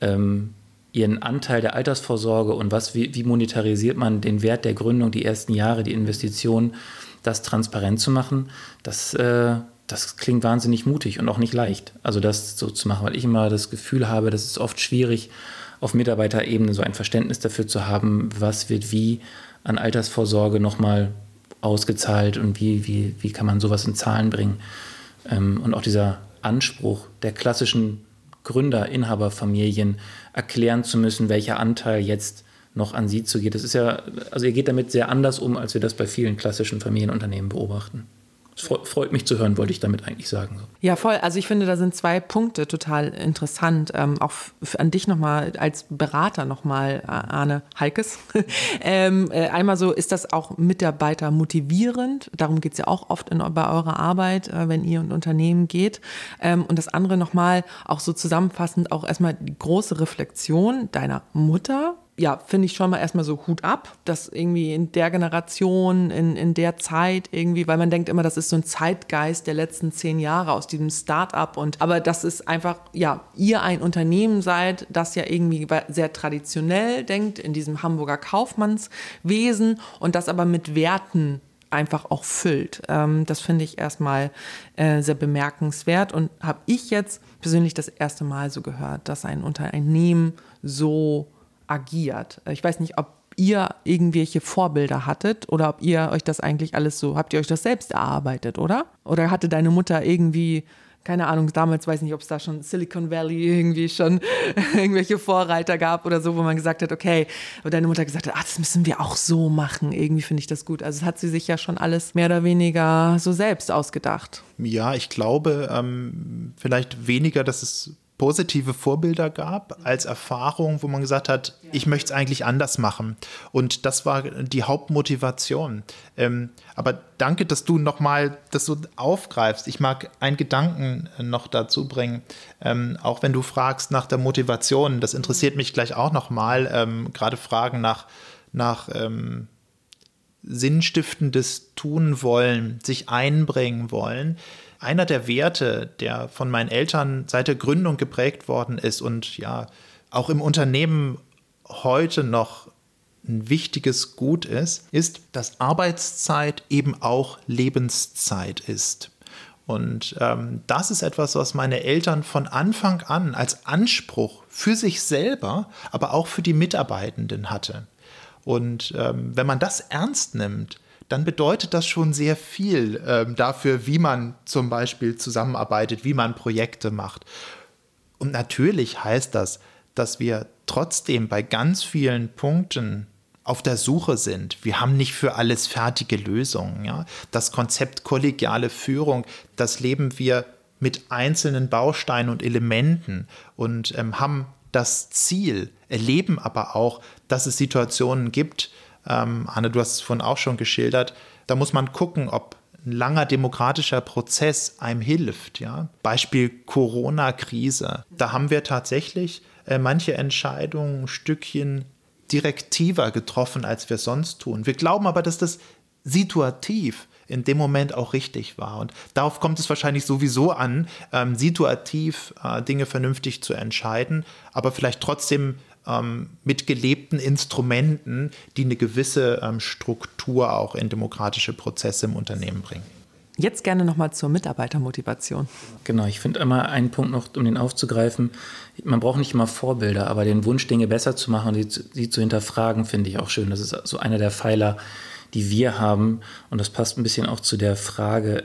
ihren Anteil der Altersvorsorge und wie monetarisiert man den Wert der Gründung, die ersten Jahre, die Investition, das transparent zu machen, das klingt wahnsinnig mutig und auch nicht leicht, also das so zu machen, weil ich immer das Gefühl habe, dass es oft schwierig auf Mitarbeiterebene so ein Verständnis dafür zu haben, was wird wie an Altersvorsorge nochmal ausgezahlt und wie kann man sowas in Zahlen bringen. Und auch dieser Anspruch der klassischen Gründer, Inhaberfamilien erklären zu müssen, welcher Anteil jetzt noch an sie zugeht. Das ist ja, also ihr geht damit sehr anders um, als wir das bei vielen klassischen Familienunternehmen beobachten. Es freut mich zu hören, wollte ich damit eigentlich sagen. Ja, voll. Also ich finde, da sind 2 Punkte total interessant. Auch an dich nochmal als Berater nochmal, Arne Heikes. Einmal so, ist das auch Mitarbeiter motivierend? Darum geht es ja auch oft bei eurer Arbeit, wenn ihr in Unternehmen geht. Und das andere nochmal, auch so zusammenfassend, auch erstmal die große Reflexion deiner Mutter. Ja, finde ich schon mal erstmal so Hut ab, dass irgendwie in der Generation, in der Zeit irgendwie, weil man denkt immer, das ist so ein Zeitgeist der letzten 10 Jahre aus diesem Start-up aber das ist einfach, ja, ihr ein Unternehmen seid, das ja irgendwie sehr traditionell denkt, in diesem Hamburger Kaufmannswesen und das aber mit Werten einfach auch füllt. Das finde ich erstmal sehr bemerkenswert und habe ich jetzt persönlich das erste Mal so gehört, dass ein Unternehmen so agiert. Ich weiß nicht, ob ihr irgendwelche Vorbilder hattet oder ob ihr euch das eigentlich alles so, habt ihr euch das selbst erarbeitet, oder? Oder hatte deine Mutter irgendwie, keine Ahnung, damals weiß ich nicht, ob es da schon Silicon Valley irgendwie schon irgendwelche Vorreiter gab oder so, wo man gesagt hat, okay, aber deine Mutter gesagt hat, das müssen wir auch so machen, irgendwie finde ich das gut. Also hat sie sich ja schon alles mehr oder weniger so selbst ausgedacht. Ja, ich glaube, vielleicht weniger, dass es positive Vorbilder gab als Erfahrung, wo man gesagt hat, ich möchte es eigentlich anders machen. Und das war die Hauptmotivation. Aber danke, dass du nochmal das so aufgreifst. Ich mag einen Gedanken noch dazu bringen, auch wenn du fragst nach der Motivation. Das interessiert mich gleich auch nochmal, gerade Fragen nach sinnstiftendes tun wollen, sich einbringen wollen. Einer der Werte, der von meinen Eltern seit der Gründung geprägt worden ist und ja auch im Unternehmen heute noch ein wichtiges Gut ist, dass Arbeitszeit eben auch Lebenszeit ist. Und das ist etwas, was meine Eltern von Anfang an als Anspruch für sich selber, aber auch für die Mitarbeitenden hatte. Und wenn man das ernst nimmt, dann bedeutet das schon sehr viel dafür, wie man zum Beispiel zusammenarbeitet, wie man Projekte macht. Und natürlich heißt das, dass wir trotzdem bei ganz vielen Punkten auf der Suche sind. Wir haben nicht für alles fertige Lösungen. Ja? Das Konzept kollegiale Führung, das leben wir mit einzelnen Bausteinen und Elementen und haben das Ziel, erleben aber auch, dass es Situationen gibt, Anne, du hast es vorhin auch schon geschildert, da muss man gucken, ob ein langer demokratischer Prozess einem hilft. Ja? Beispiel Corona-Krise. Da haben wir tatsächlich manche Entscheidungen ein Stückchen direktiver getroffen, als wir sonst tun. Wir glauben aber, dass das situativ in dem Moment auch richtig war. Und darauf kommt es wahrscheinlich sowieso an, situativ Dinge vernünftig zu entscheiden, aber vielleicht trotzdem mit gelebten Instrumenten, die eine gewisse Struktur auch in demokratische Prozesse im Unternehmen bringen. Jetzt gerne nochmal zur Mitarbeitermotivation. Genau, ich finde immer einen Punkt noch, um den aufzugreifen. Man braucht nicht immer Vorbilder, aber den Wunsch, Dinge besser zu machen und sie zu hinterfragen, finde ich auch schön. Das ist so einer der Pfeiler, die wir haben. Und das passt ein bisschen auch zu der Frage.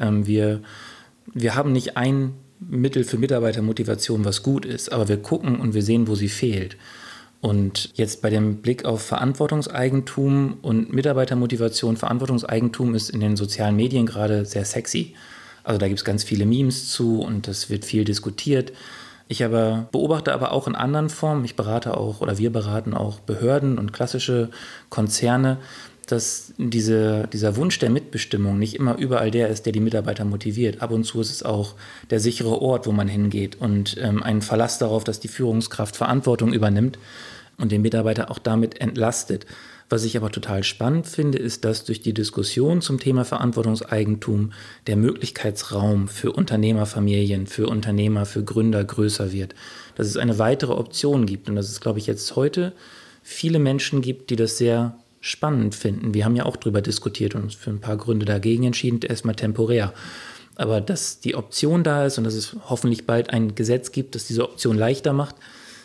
Wir haben nicht ein Mittel für Mitarbeitermotivation, was gut ist, aber wir gucken und wir sehen, wo sie fehlt. Und jetzt bei dem Blick auf Verantwortungseigentum und Mitarbeitermotivation, Verantwortungseigentum ist in den sozialen Medien gerade sehr sexy. Also da gibt es ganz viele Memes zu und das wird viel diskutiert. Ich beobachte aber auch in anderen Formen, wir beraten auch Behörden und klassische Konzerne, dass dieser Wunsch der Mitbestimmung nicht immer überall der ist, der die Mitarbeiter motiviert. Ab und zu ist es auch der sichere Ort, wo man hingeht und ein Verlass darauf, dass die Führungskraft Verantwortung übernimmt und den Mitarbeiter auch damit entlastet. Was ich aber total spannend finde, ist, dass durch die Diskussion zum Thema Verantwortungseigentum der Möglichkeitsraum für Unternehmerfamilien, für Unternehmer, für Gründer größer wird. Dass es eine weitere Option gibt und dass es, glaube ich, jetzt heute viele Menschen gibt, die das sehr spannend finden. Wir haben ja auch darüber diskutiert und uns für ein paar Gründe dagegen entschieden, erstmal temporär. Aber dass die Option da ist und dass es hoffentlich bald ein Gesetz gibt, das diese Option leichter macht,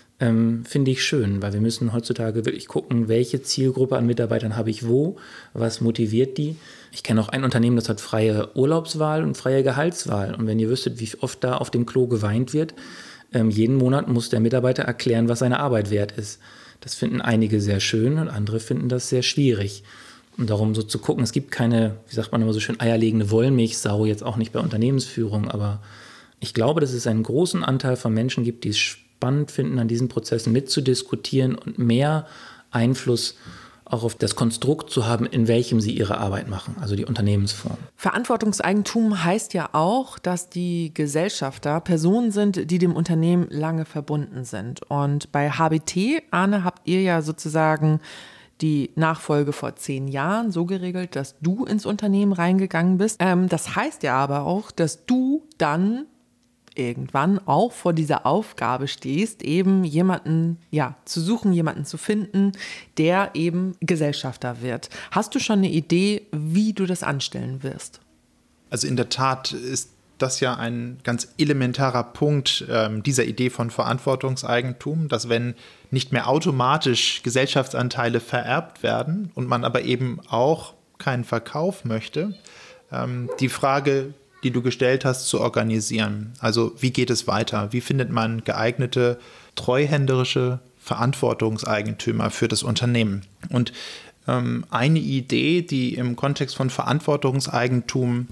finde ich schön, weil wir müssen heutzutage wirklich gucken, welche Zielgruppe an Mitarbeitern habe ich wo, was motiviert die. Ich kenne auch ein Unternehmen, das hat freie Urlaubswahl und freie Gehaltswahl. Und wenn ihr wüsstet, wie oft da auf dem Klo geweint wird, jeden Monat muss der Mitarbeiter erklären, was seine Arbeit wert ist. Das finden einige sehr schön und andere finden das sehr schwierig. Und darum so zu gucken, es gibt keine, wie sagt man immer so schön, eierlegende Wollmilchsau, jetzt auch nicht bei Unternehmensführung, aber ich glaube, dass es einen großen Anteil von Menschen gibt, die es spannend finden, an diesen Prozessen mitzudiskutieren und mehr Einfluss auch auf das Konstrukt zu haben, in welchem sie ihre Arbeit machen, also die Unternehmensform. Verantwortungseigentum heißt ja auch, dass die Gesellschafter Personen sind, die dem Unternehmen lange verbunden sind. Und bei HBT, Arne, habt ihr ja sozusagen die Nachfolge vor 10 Jahren so geregelt, dass du ins Unternehmen reingegangen bist. Das heißt ja aber auch, dass du dann irgendwann auch vor dieser Aufgabe stehst, eben jemanden zu suchen, jemanden zu finden, der eben Gesellschafter wird. Hast du schon eine Idee, wie du das anstellen wirst? Also in der Tat ist das ja ein ganz elementarer Punkt dieser Idee von Verantwortungseigentum, dass wenn nicht mehr automatisch Gesellschaftsanteile vererbt werden und man aber eben auch keinen Verkauf möchte, die Frage, die du gestellt hast, zu organisieren. Also wie geht es weiter? Wie findet man geeignete, treuhänderische Verantwortungseigentümer für das Unternehmen? Und eine Idee, die im Kontext von Verantwortungseigentum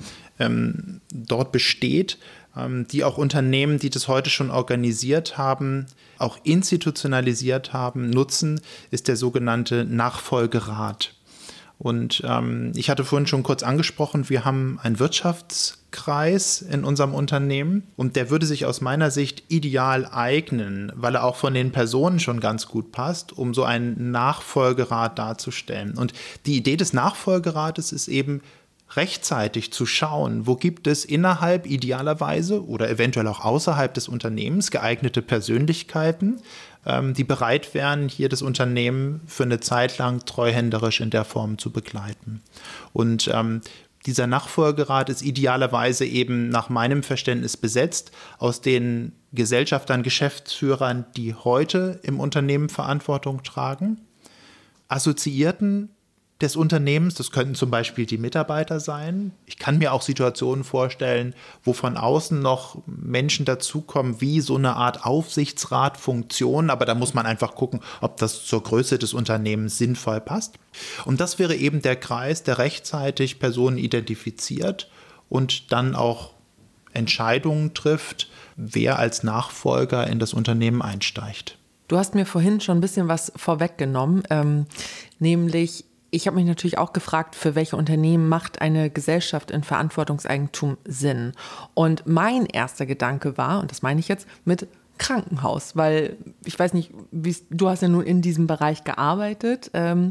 dort besteht, die auch Unternehmen, die das heute schon organisiert haben, auch institutionalisiert haben, nutzen, ist der sogenannte Nachfolgerat. Und ich hatte vorhin schon kurz angesprochen, wir haben einen Wirtschaftskreis in unserem Unternehmen und der würde sich aus meiner Sicht ideal eignen, weil er auch von den Personen schon ganz gut passt, um so einen Nachfolgerat darzustellen. Und die Idee des Nachfolgerates ist eben, rechtzeitig zu schauen, wo gibt es innerhalb idealerweise oder eventuell auch außerhalb des Unternehmens geeignete Persönlichkeiten, die bereit wären, hier das Unternehmen für eine Zeit lang treuhänderisch in der Form zu begleiten. Und dieser Nachfolgerat ist idealerweise eben nach meinem Verständnis besetzt aus den Gesellschaftern, Geschäftsführern, die heute im Unternehmen Verantwortung tragen, Assoziierten des Unternehmens, das könnten zum Beispiel die Mitarbeiter sein. Ich kann mir auch Situationen vorstellen, wo von außen noch Menschen dazukommen, wie so eine Art Aufsichtsratfunktion, aber da muss man einfach gucken, ob das zur Größe des Unternehmens sinnvoll passt. Und das wäre eben der Kreis, der rechtzeitig Personen identifiziert und dann auch Entscheidungen trifft, wer als Nachfolger in das Unternehmen einsteigt. Du hast mir vorhin schon ein bisschen was vorweggenommen, nämlich ich habe mich natürlich auch gefragt, für welche Unternehmen macht eine Gesellschaft in Verantwortungseigentum Sinn? Und mein erster Gedanke war, und das meine ich jetzt, mit Krankenhaus, weil ich weiß nicht, du hast ja nun in diesem Bereich gearbeitet.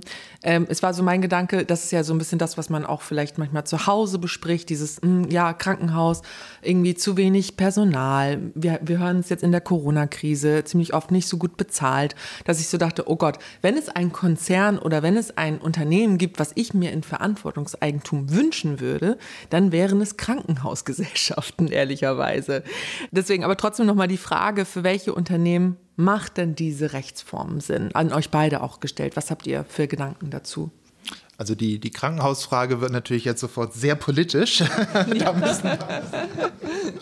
Es war so mein Gedanke, das ist ja so ein bisschen das, was man auch vielleicht manchmal zu Hause bespricht, dieses Krankenhaus, irgendwie zu wenig Personal. Wir hören es jetzt in der Corona-Krise ziemlich oft nicht so gut bezahlt, dass ich so dachte, oh Gott, wenn es einen Konzern oder wenn es ein Unternehmen gibt, was ich mir in Verantwortungseigentum wünschen würde, dann wären es Krankenhausgesellschaften, ehrlicherweise. Deswegen aber trotzdem nochmal die Frage, für welche Unternehmen macht denn diese Rechtsform Sinn? An euch beide auch gestellt. Was habt ihr für Gedanken dazu? Also die Krankenhausfrage wird natürlich jetzt sofort sehr politisch.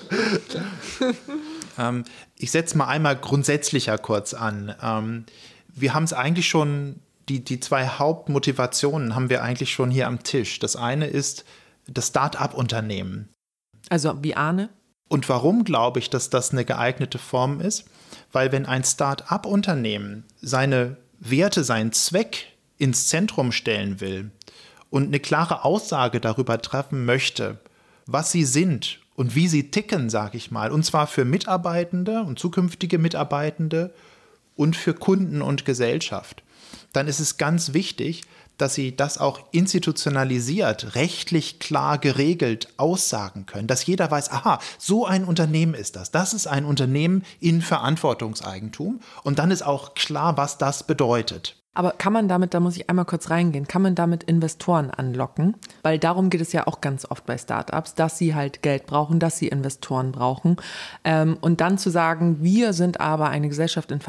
Ich setze mal einmal grundsätzlicher kurz an. wir haben es eigentlich schon, die zwei Hauptmotivationen haben wir eigentlich schon hier am Tisch. Das eine ist das Start-up-Unternehmen. Also wie Arne? Und warum glaube ich, dass das eine geeignete Form ist? Weil wenn ein Start-up-Unternehmen seine Werte, seinen Zweck ins Zentrum stellen will und eine klare Aussage darüber treffen möchte, was sie sind und wie sie ticken, sage ich mal, und zwar für Mitarbeitende und zukünftige Mitarbeitende und für Kunden und Gesellschaft, dann ist es ganz wichtig, dass sie das auch institutionalisiert, rechtlich klar geregelt aussagen können, dass jeder weiß, aha, so ein Unternehmen ist das. Das ist ein Unternehmen in Verantwortungseigentum und dann ist auch klar, was das bedeutet. Aber kann man damit, da muss ich einmal kurz reingehen, kann man damit Investoren anlocken? Weil darum geht es ja auch ganz oft bei Startups, dass sie halt Geld brauchen, dass sie Investoren brauchen. Und dann zu sagen, wir sind aber eine Gesellschaft in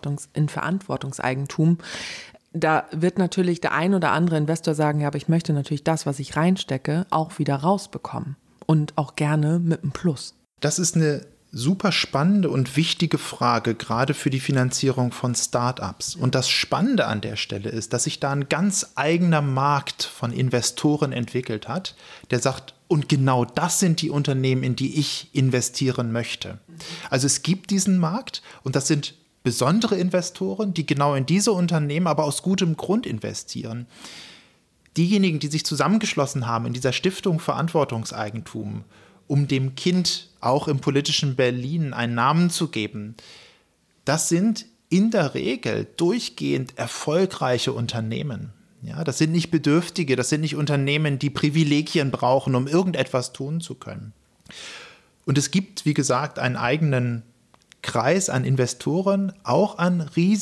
Verantwortungseigentum, da wird natürlich der ein oder andere Investor sagen, ja, aber ich möchte natürlich das, was ich reinstecke, auch wieder rausbekommen. Und auch gerne mit einem Plus. Das ist eine super spannende und wichtige Frage, gerade für die Finanzierung von Startups. Und das Spannende an der Stelle ist, dass sich da ein ganz eigener Markt von Investoren entwickelt hat, der sagt, und genau das sind die Unternehmen, in die ich investieren möchte. Also es gibt diesen Markt und das sind besondere Investoren, die genau in diese Unternehmen aber aus gutem Grund investieren. Diejenigen, die sich zusammengeschlossen haben in dieser Stiftung Verantwortungseigentum, um dem Kind auch im politischen Berlin einen Namen zu geben, das sind in der Regel durchgehend erfolgreiche Unternehmen. Ja, das sind nicht Bedürftige, das sind nicht Unternehmen, die Privilegien brauchen, um irgendetwas tun zu können. Und es gibt, wie gesagt, einen eigenen Kreis an Investoren, auch an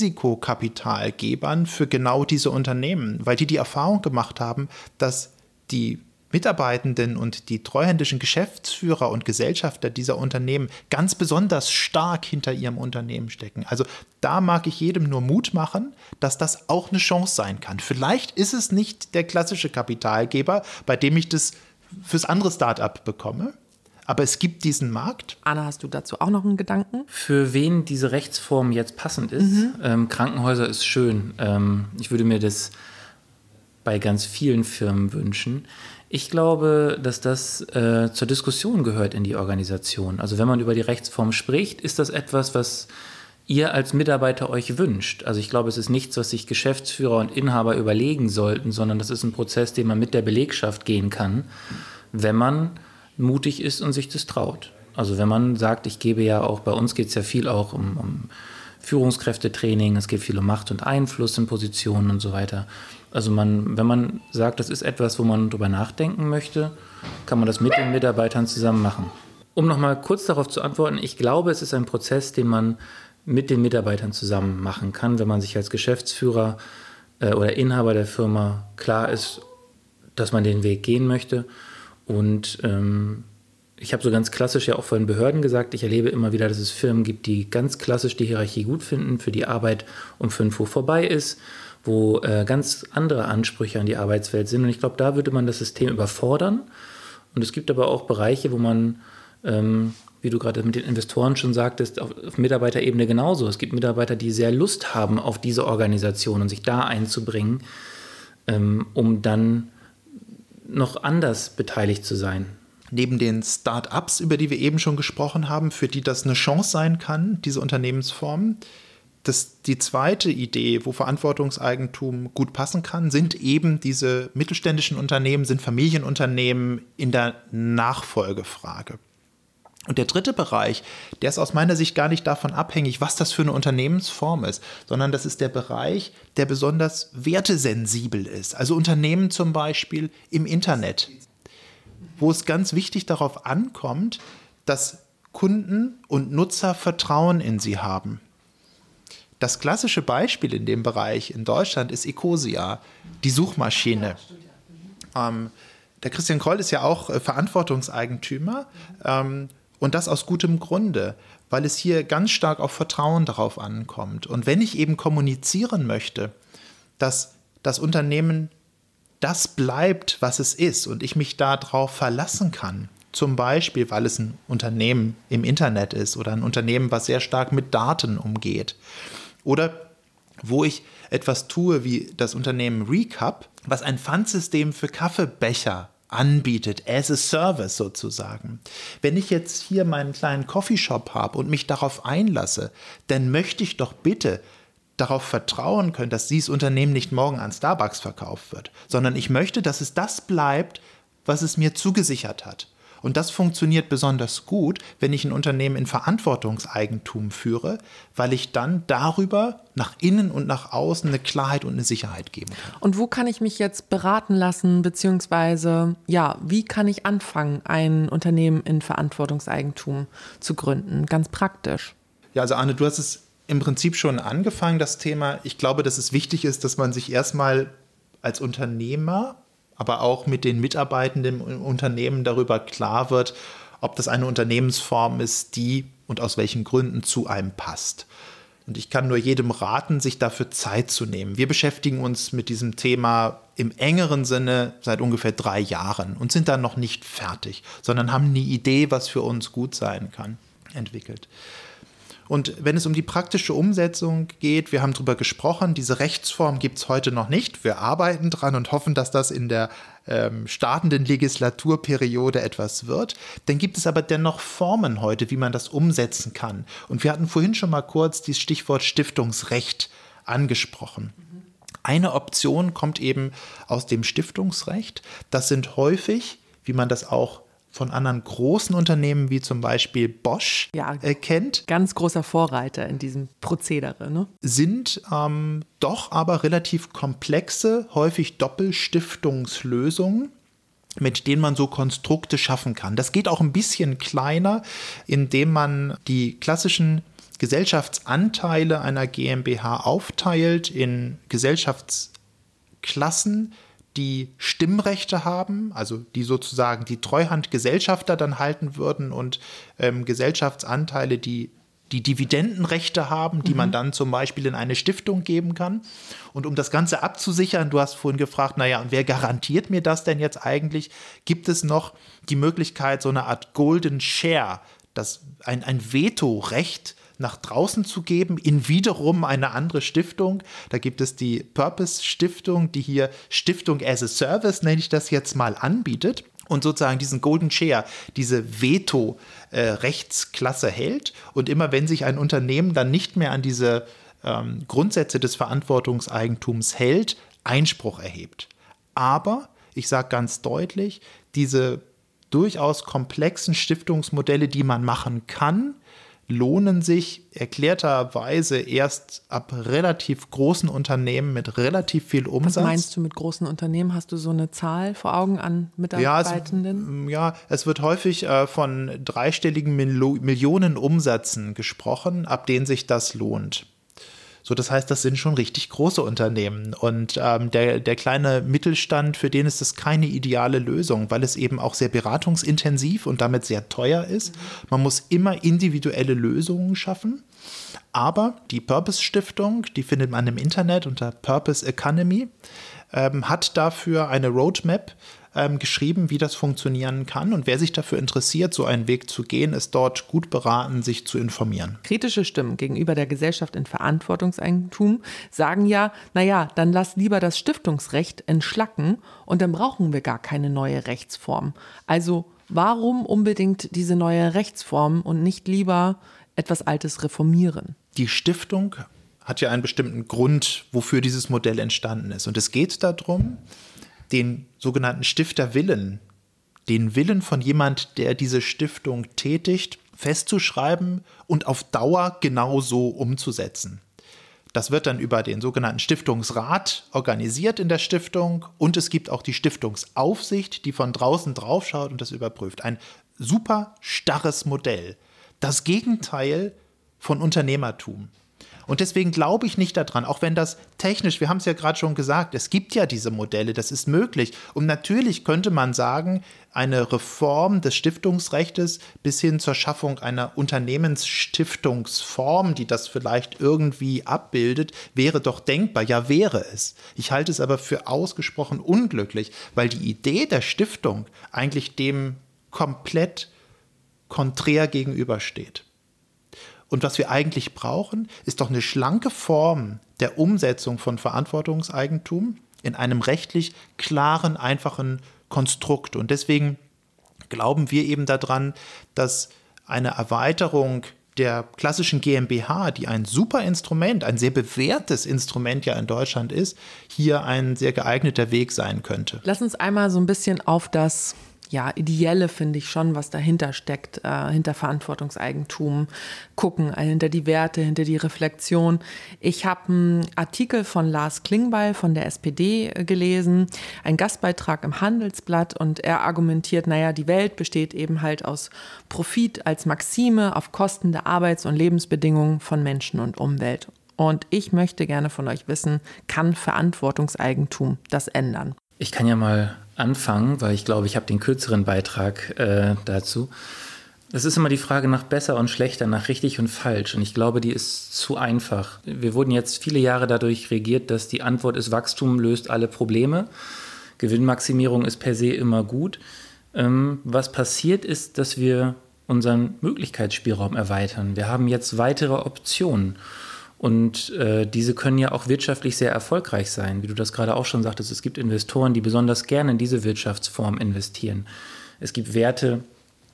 Risikokapitalgebern für genau diese Unternehmen, weil die Erfahrung gemacht haben, dass die Mitarbeitenden und die treuhändischen Geschäftsführer und Gesellschafter dieser Unternehmen ganz besonders stark hinter ihrem Unternehmen stecken. Also da mag ich jedem nur Mut machen, dass das auch eine Chance sein kann. Vielleicht ist es nicht der klassische Kapitalgeber, bei dem ich das fürs andere Start-up bekomme. Aber es gibt diesen Markt. Anna, hast du dazu auch noch einen Gedanken? Für wen diese Rechtsform jetzt passend ist, Krankenhäuser ist schön. Ich würde mir das bei ganz vielen Firmen wünschen. Ich glaube, dass das zur Diskussion gehört in die Organisation. Also wenn man über die Rechtsform spricht, ist das etwas, was ihr als Mitarbeiter euch wünscht. Also ich glaube, es ist nichts, was sich Geschäftsführer und Inhaber überlegen sollten, sondern das ist ein Prozess, den man mit der Belegschaft gehen kann, wenn man mutig ist und sich das traut. Also wenn man sagt, ich gebe ja auch, bei uns geht es ja viel auch um Führungskräftetraining, es geht viel um Macht und Einfluss in Positionen und so weiter. Also wenn man sagt, das ist etwas, wo man drüber nachdenken möchte, kann man das mit den Mitarbeitern zusammen machen. Um nochmal kurz darauf zu antworten, ich glaube, es ist ein Prozess, den man mit den Mitarbeitern zusammen machen kann, wenn man sich als Geschäftsführer oder Inhaber der Firma klar ist, dass man den Weg gehen möchte. Und ich habe so ganz klassisch ja auch von Behörden gesagt, ich erlebe immer wieder, dass es Firmen gibt, die ganz klassisch die Hierarchie gut finden, für die Arbeit um 5 Uhr vorbei ist, wo ganz andere Ansprüche an die Arbeitswelt sind. Und ich glaube, da würde man das System überfordern. Und es gibt aber auch Bereiche, wo man, wie du gerade mit den Investoren schon sagtest, auf Mitarbeiterebene genauso. Es gibt Mitarbeiter, die sehr Lust haben auf diese Organisation und sich da einzubringen, um dann noch anders beteiligt zu sein. Neben den Start-ups, über die wir eben schon gesprochen haben, für die das eine Chance sein kann, diese Unternehmensform, die zweite Idee, wo Verantwortungseigentum gut passen kann, sind eben diese mittelständischen Unternehmen, sind Familienunternehmen in der Nachfolgefrage. Und der dritte Bereich, der ist aus meiner Sicht gar nicht davon abhängig, was das für eine Unternehmensform ist, sondern das ist der Bereich, der besonders wertesensibel ist. Also Unternehmen zum Beispiel im Internet, wo es ganz wichtig darauf ankommt, dass Kunden und Nutzer Vertrauen in sie haben. Das klassische Beispiel in dem Bereich in Deutschland ist Ecosia, die Suchmaschine. Der Christian Kroll ist ja auch Verantwortungseigentümer. Und das aus gutem Grunde, weil es hier ganz stark auf Vertrauen darauf ankommt. Und wenn ich eben kommunizieren möchte, dass das Unternehmen das bleibt, was es ist und ich mich darauf verlassen kann, zum Beispiel, weil es ein Unternehmen im Internet ist oder ein Unternehmen, was sehr stark mit Daten umgeht oder wo ich etwas tue wie das Unternehmen Recap, was ein Pfandsystem für Kaffeebecher anbietet, as a service sozusagen. Wenn ich jetzt hier meinen kleinen Coffeeshop habe und mich darauf einlasse, dann möchte ich doch bitte darauf vertrauen können, dass dieses Unternehmen nicht morgen an Starbucks verkauft wird, sondern ich möchte, dass es das bleibt, was es mir zugesichert hat. Und das funktioniert besonders gut, wenn ich ein Unternehmen in Verantwortungseigentum führe, weil ich dann darüber nach innen und nach außen eine Klarheit und eine Sicherheit geben kann. Und wo kann ich mich jetzt beraten lassen, beziehungsweise, wie kann ich anfangen, ein Unternehmen in Verantwortungseigentum zu gründen? Ganz praktisch. Ja, also Arne, du hast es im Prinzip schon angefangen, das Thema. Ich glaube, dass es wichtig ist, dass man sich erstmal als Unternehmer, aber auch mit den Mitarbeitenden im Unternehmen darüber klar wird, ob das eine Unternehmensform ist, die und aus welchen Gründen zu einem passt. Und ich kann nur jedem raten, sich dafür Zeit zu nehmen. Wir beschäftigen uns mit diesem Thema im engeren Sinne seit ungefähr 3 Jahren und sind dann noch nicht fertig, sondern haben eine Idee, was für uns gut sein kann, entwickelt. Und wenn es um die praktische Umsetzung geht, wir haben darüber gesprochen, diese Rechtsform gibt es heute noch nicht. Wir arbeiten dran und hoffen, dass das in der startenden Legislaturperiode etwas wird. Dann gibt es aber dennoch Formen heute, wie man das umsetzen kann. Und wir hatten vorhin schon mal kurz das Stichwort Stiftungsrecht angesprochen. Eine Option kommt eben aus dem Stiftungsrecht. Das sind häufig, wie man das auch von anderen großen Unternehmen wie zum Beispiel Bosch kennt. Ganz großer Vorreiter in diesem Prozedere, ne? Sind doch aber relativ komplexe, häufig Doppelstiftungslösungen, mit denen man so Konstrukte schaffen kann. Das geht auch ein bisschen kleiner, indem man die klassischen Gesellschaftsanteile einer GmbH aufteilt in Gesellschaftsklassen, die Stimmrechte haben, also die sozusagen die Treuhandgesellschafter dann halten würden und Gesellschaftsanteile, die Dividendenrechte haben, die man dann zum Beispiel in eine Stiftung geben kann. Und um das Ganze abzusichern, du hast vorhin gefragt, und wer garantiert mir das denn jetzt eigentlich? Gibt es noch die Möglichkeit, so eine Art Golden Share, ein Vetorecht nach draußen zu geben, in wiederum eine andere Stiftung. Da gibt es die Purpose-Stiftung, die hier Stiftung as a Service, nenne ich das jetzt mal, anbietet und sozusagen diesen Golden Share, diese Veto-Rechtsklasse hält. Und immer wenn sich ein Unternehmen dann nicht mehr an diese Grundsätze des Verantwortungseigentums hält, Einspruch erhebt. Aber, ich sage ganz deutlich, diese durchaus komplexen Stiftungsmodelle, die man machen kann, lohnen sich erklärterweise erst ab relativ großen Unternehmen mit relativ viel Umsatz. Was meinst du mit großen Unternehmen? Hast du so eine Zahl vor Augen an Mitarbeitenden? Es wird häufig von dreistelligen Millionen Umsätzen gesprochen, ab denen sich das lohnt. So, das heißt, das sind schon richtig große Unternehmen. Und der kleine Mittelstand, für den ist das keine ideale Lösung, weil es eben auch sehr beratungsintensiv und damit sehr teuer ist. Man muss immer individuelle Lösungen schaffen. Aber die Purpose-Stiftung, die findet man im Internet unter Purpose Economy, hat dafür eine Roadmap geschrieben, wie das funktionieren kann. Und wer sich dafür interessiert, so einen Weg zu gehen, ist dort gut beraten, sich zu informieren. Kritische Stimmen gegenüber der Gesellschaft in Verantwortungseigentum sagen dann lass lieber das Stiftungsrecht entschlacken und dann brauchen wir gar keine neue Rechtsform. Also warum unbedingt diese neue Rechtsform und nicht lieber etwas Altes reformieren? Die Stiftung hat ja einen bestimmten Grund, wofür dieses Modell entstanden ist. Und es geht darum, den sogenannten Stifterwillen, den Willen von jemand, der diese Stiftung tätigt, festzuschreiben und auf Dauer genauso umzusetzen. Das wird dann über den sogenannten Stiftungsrat organisiert in der Stiftung und es gibt auch die Stiftungsaufsicht, die von draußen draufschaut und das überprüft. Ein super starres Modell. Das Gegenteil von Unternehmertum. Und deswegen glaube ich nicht daran, auch wenn das technisch, wir haben es ja gerade schon gesagt, es gibt ja diese Modelle, das ist möglich. Und natürlich könnte man sagen, eine Reform des Stiftungsrechtes bis hin zur Schaffung einer Unternehmensstiftungsform, die das vielleicht irgendwie abbildet, wäre doch denkbar. Ja, wäre es. Ich halte es aber für ausgesprochen unglücklich, weil die Idee der Stiftung eigentlich dem komplett konträr gegenübersteht. Und was wir eigentlich brauchen, ist doch eine schlanke Form der Umsetzung von Verantwortungseigentum in einem rechtlich klaren, einfachen Konstrukt. Und deswegen glauben wir eben daran, dass eine Erweiterung der klassischen GmbH, die ein super Instrument, ein sehr bewährtes Instrument ja in Deutschland ist, hier ein sehr geeigneter Weg sein könnte. Lass uns einmal so ein bisschen auf das Ideelle, finde ich schon, was dahinter steckt, hinter Verantwortungseigentum gucken, hinter die Werte, hinter die Reflexion. Ich habe einen Artikel von Lars Klingbeil von der SPD gelesen, ein Gastbeitrag im Handelsblatt, und er argumentiert, die Welt besteht eben halt aus Profit als Maxime auf Kosten der Arbeits- und Lebensbedingungen von Menschen und Umwelt. Und ich möchte gerne von euch wissen, kann Verantwortungseigentum das ändern? Ich kann ja mal anfangen, weil ich glaube, ich habe den kürzeren Beitrag dazu. Es ist immer die Frage nach besser und schlechter, nach richtig und falsch. Und ich glaube, die ist zu einfach. Wir wurden jetzt viele Jahre dadurch regiert, dass die Antwort ist, Wachstum löst alle Probleme. Gewinnmaximierung ist per se immer gut. Was passiert ist, dass wir unseren Möglichkeitsspielraum erweitern. Wir haben jetzt weitere Optionen. Und diese können ja auch wirtschaftlich sehr erfolgreich sein. Wie du das gerade auch schon sagtest, es gibt Investoren, die besonders gerne in diese Wirtschaftsform investieren. Es gibt Werte,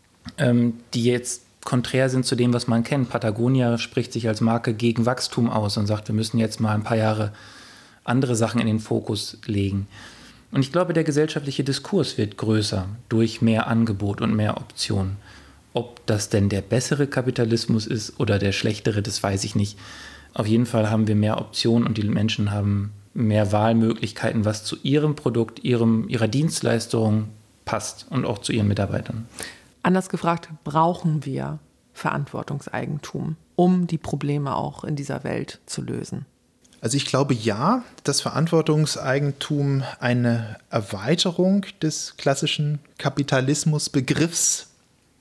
die jetzt konträr sind zu dem, was man kennt. Patagonia spricht sich als Marke gegen Wachstum aus und sagt, wir müssen jetzt mal ein paar Jahre andere Sachen in den Fokus legen. Und ich glaube, der gesellschaftliche Diskurs wird größer durch mehr Angebot und mehr Optionen. Ob das denn der bessere Kapitalismus ist oder der schlechtere, das weiß ich nicht. Auf jeden Fall haben wir mehr Optionen und die Menschen haben mehr Wahlmöglichkeiten, was zu ihrem Produkt, ihrer Dienstleistung passt und auch zu ihren Mitarbeitern. Anders gefragt, brauchen wir Verantwortungseigentum, um die Probleme auch in dieser Welt zu lösen? Also ich glaube ja, dass Verantwortungseigentum eine Erweiterung des klassischen Kapitalismusbegriffs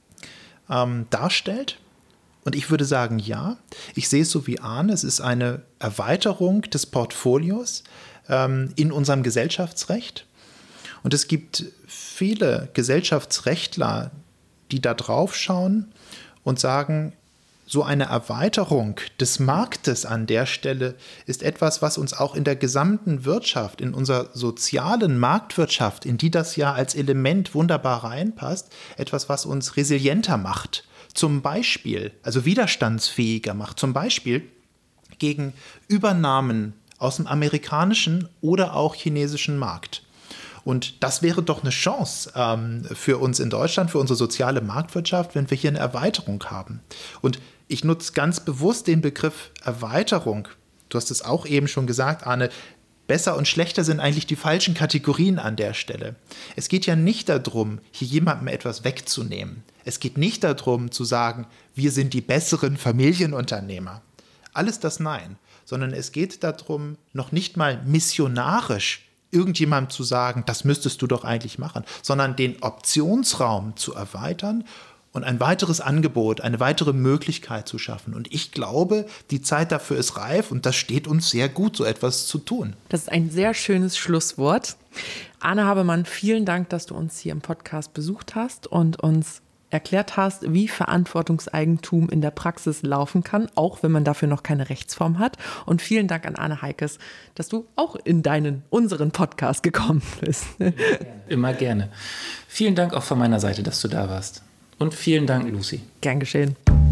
darstellt. Und ich würde sagen, ja, ich sehe es so wie Arne, es ist eine Erweiterung des Portfolios in unserem Gesellschaftsrecht. Und es gibt viele Gesellschaftsrechtler, die da drauf schauen und sagen, so eine Erweiterung des Marktes an der Stelle ist etwas, was uns auch in der gesamten Wirtschaft, in unserer sozialen Marktwirtschaft, in die das ja als Element wunderbar reinpasst, etwas, was uns resilienter macht. Zum Beispiel, also widerstandsfähiger macht, zum Beispiel gegen Übernahmen aus dem amerikanischen oder auch chinesischen Markt. Und das wäre doch eine Chance für uns in Deutschland, für unsere soziale Marktwirtschaft, wenn wir hier eine Erweiterung haben. Und ich nutze ganz bewusst den Begriff Erweiterung. Du hast es auch eben schon gesagt, Arne. Besser und schlechter sind eigentlich die falschen Kategorien an der Stelle. Es geht ja nicht darum, hier jemandem etwas wegzunehmen. Es geht nicht darum, zu sagen, wir sind die besseren Familienunternehmer. Alles das nein. Sondern es geht darum, noch nicht mal missionarisch irgendjemandem zu sagen, das müsstest du doch eigentlich machen, sondern den Optionsraum zu erweitern und ein weiteres Angebot, eine weitere Möglichkeit zu schaffen. Und ich glaube, die Zeit dafür ist reif und das steht uns sehr gut, so etwas zu tun. Das ist ein sehr schönes Schlusswort. Arne Habermann, vielen Dank, dass du uns hier im Podcast besucht hast und uns erklärt hast, wie Verantwortungseigentum in der Praxis laufen kann, auch wenn man dafür noch keine Rechtsform hat. Und vielen Dank an Arne Heikes, dass du auch in unseren Podcast gekommen bist. Immer gerne. Vielen Dank auch von meiner Seite, dass du da warst. Und vielen Dank, Lucy. Gern geschehen.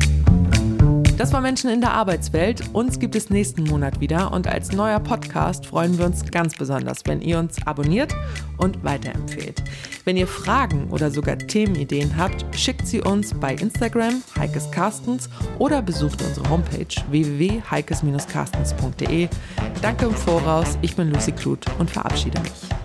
Das war Menschen in der Arbeitswelt. Uns gibt es nächsten Monat wieder und als neuer Podcast freuen wir uns ganz besonders, wenn ihr uns abonniert und weiterempfehlt. Wenn ihr Fragen oder sogar Themenideen habt, schickt sie uns bei Instagram Heikes Carstens oder besucht unsere Homepage www.heikes-carstens.de. Danke im Voraus, ich bin Lucy Kluth und verabschiede mich.